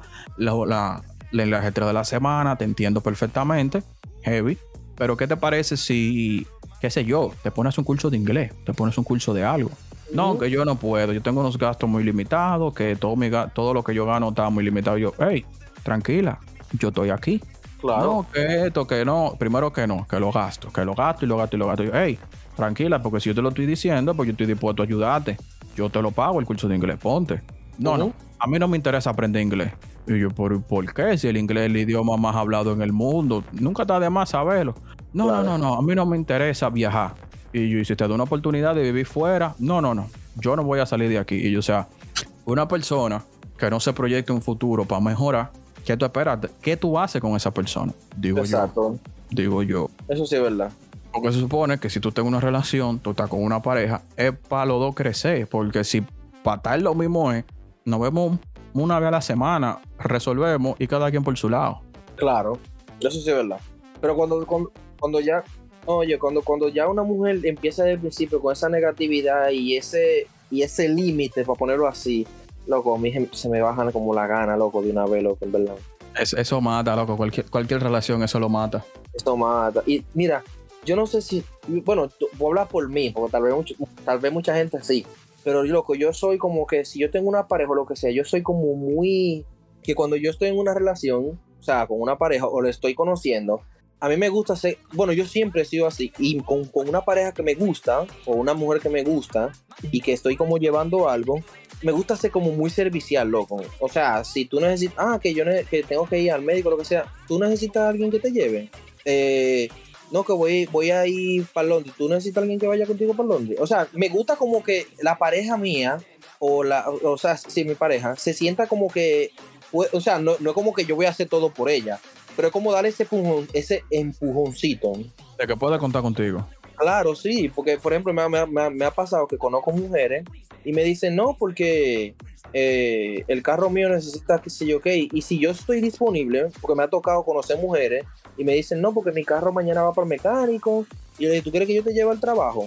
el ajetreo de la semana, te entiendo perfectamente, heavy. Pero ¿qué te parece si, qué sé yo, te pones un curso de inglés, te pones un curso de algo? No, que yo no puedo, yo tengo unos gastos muy limitados, que todo lo que yo gano está muy limitado. Yo, hey, tranquila, yo estoy aquí. Claro. No, que esto, que no, primero que no, que lo gasto y lo gasto y lo gasto. Yo, hey, tranquila, porque si yo te lo estoy diciendo, pues yo estoy dispuesto a ayudarte. Yo te lo pago el curso de inglés, ponte. No, no, a mí no me interesa aprender inglés. Y yo, ¿por qué? Si el inglés es el idioma más hablado en el mundo, nunca está de más saberlo. No, claro. No, a mí no me interesa viajar. Y yo, y si te doy una oportunidad de vivir fuera, no, yo no voy a salir de aquí. Y yo, o sea, una persona que no se proyecte un futuro para mejorar, ¿qué tú esperas? ¿Qué tú haces con esa persona? Exacto. Digo yo. Eso sí es verdad. Porque se supone que si tú tienes una relación, tú estás con una pareja, es para los dos crecer. Porque si para estar lo mismo es, nos vemos una vez a la semana, resolvemos y cada quien por su lado. Claro, eso sí es verdad. Pero cuando ya, oye, cuando ya una mujer empieza desde el principio con esa negatividad y ese límite, para ponerlo así, loco, a mí se me bajan como la gana, loco, de una vez, loco, en verdad. Eso mata, loco, cualquier relación, eso lo mata. Eso mata. Y mira, yo no sé si, bueno, voy a hablar por mí, porque tal vez mucha gente sí. Pero, loco, yo soy como que si yo tengo una pareja o lo que sea, yo soy como muy... Que cuando yo estoy en una relación, o sea, con una pareja o lo estoy conociendo, a mí me gusta ser... Bueno, yo siempre he sido así. Y con una pareja que me gusta, o una mujer que me gusta, y que estoy como llevando algo, me gusta ser como muy servicial, loco. O sea, si tú necesitas... que tengo que ir al médico o lo que sea, tú necesitas a alguien que te lleve. No, que voy a ir para Londres. ¿Tú necesitas a alguien que vaya contigo para Londres? O sea, me gusta como que la pareja mía, o sea, sí, mi pareja, se sienta como que, o sea, no es como que yo voy a hacer todo por ella, pero es como darle ese empujoncito. De que pueda contar contigo. Claro, sí, porque, por ejemplo, me ha pasado que conozco mujeres y me dicen, no, porque el carro mío necesita qué sé yo qué, y si yo estoy disponible, porque me ha tocado conocer mujeres, y me dicen, no, porque mi carro mañana va para el mecánico, y yo le digo, ¿tú quieres que yo te lleve al trabajo?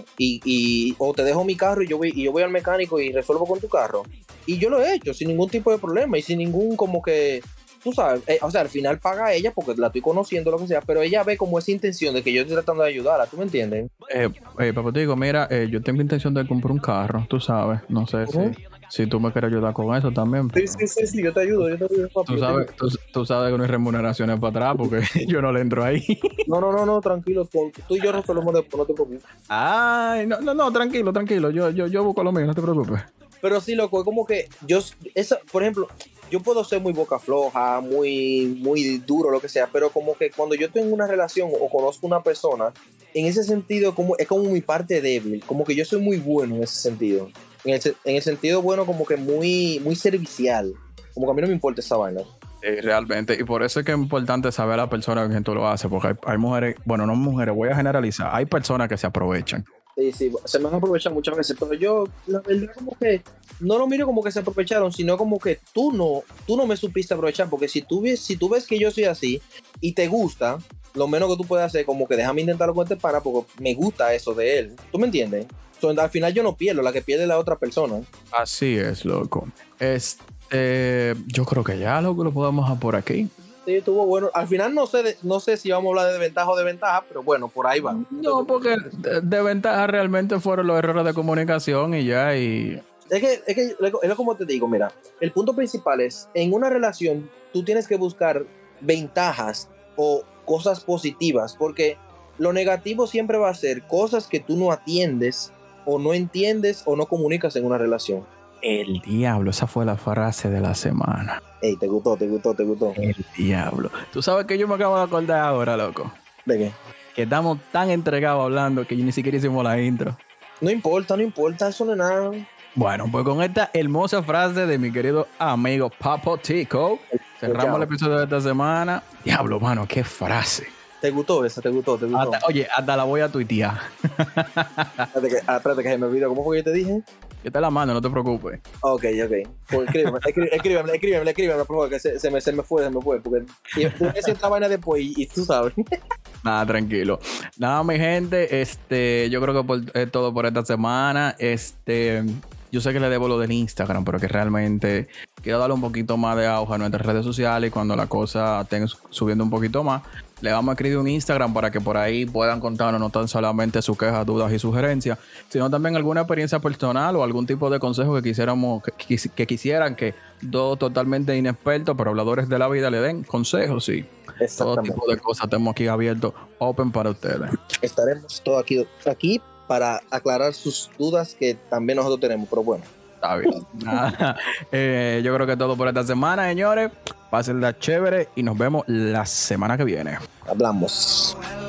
O te dejo mi carro y yo voy al mecánico y resuelvo con tu carro. Y yo lo he hecho sin ningún tipo de problema y sin ningún como que... Tú sabes, o sea, al final paga ella porque la estoy conociendo, lo que sea, pero ella ve como esa intención de que yo estoy tratando de ayudarla, ¿tú me entiendes? Papá, te digo, mira, yo tengo intención de comprar un carro, tú sabes, no sé si tú me quieres ayudar con eso también. Pero... Sí, yo te ayudo, papi. Tú sabes que no hay remuneraciones para atrás porque yo no le entro ahí. No, tranquilo, tú y yo resolvemos después, no te preocupes. Ay, no, tranquilo, yo busco lo mío, no te preocupes. Pero sí, loco, es como que por ejemplo, yo puedo ser muy boca floja, muy duro, lo que sea, pero como que cuando yo tengo una relación o conozco una persona, en ese sentido es como mi parte débil, como que yo soy muy bueno en ese sentido. En el sentido bueno, como que muy servicial, como que a mí no me importa esa vaina. Realmente, y por eso es que es importante saber a la persona con quien tú lo haces, porque hay mujeres, bueno, no mujeres, voy a generalizar, hay personas que se aprovechan. Sí, se me han aprovechado muchas veces, pero yo, la verdad, como que no lo miro como que se aprovecharon, sino como que tú no me supiste aprovechar, porque si tú ves que yo soy así y te gusta, lo menos que tú puedes hacer es como que déjame intentarlo con este pana porque me gusta eso de él. ¿Tú me entiendes? Al final yo no pierdo, la que pierde es la otra persona. Así es, loco. Yo creo que ya lo podemos dejar por aquí. Sí, estuvo bueno. Al final no sé si vamos a hablar de ventaja o de ventaja, pero bueno, por ahí va. No, porque de ventaja realmente fueron los errores de comunicación y ya. Es que como te digo, mira, el punto principal es, en una relación, tú tienes que buscar ventajas o cosas positivas, porque lo negativo siempre va a ser cosas que tú no atiendes o no entiendes o no comunicas en una relación. El diablo, esa fue la frase de la semana. Ey, te gustó. El diablo. Tú sabes que yo me acabo de acordar ahora, loco. ¿De qué? Que estamos tan entregados hablando que ni siquiera hicimos la intro. No importa, eso no es nada. Bueno, pues con esta hermosa frase de mi querido amigo Papo Tico, cerramos el episodio de esta semana. Diablo, mano, qué frase. ¿Te gustó esa? ¿Te gustó? Oye, hasta la voy a tuitear. Espérate que se me olvidó. ¿Cómo fue que te dije? Yo te la mando, no te preocupes. Ok. Pues escríbeme, por favor, que se me fue. Porque tú haces esta vaina después y tú sabes. Nada, tranquilo. Nada, mi gente, yo creo que es todo por esta semana. Yo sé que le debo lo del Instagram, pero que realmente quiero darle un poquito más de auge a nuestras redes sociales y cuando la cosa esté subiendo un poquito más, le vamos a escribir un Instagram para que por ahí puedan contarnos no tan solamente sus quejas, dudas y sugerencias, sino también alguna experiencia personal o algún tipo de consejo que quisieran que dos totalmente inexpertos pero habladores de la vida le den consejos y todo tipo de cosas. Tenemos aquí abierto, open para ustedes. Estaremos todos aquí para aclarar sus dudas que también nosotros tenemos, pero bueno. Está bien. Nada. Yo creo que todo por esta semana, señores. Pásenla chévere y nos vemos la semana que viene. Hablamos.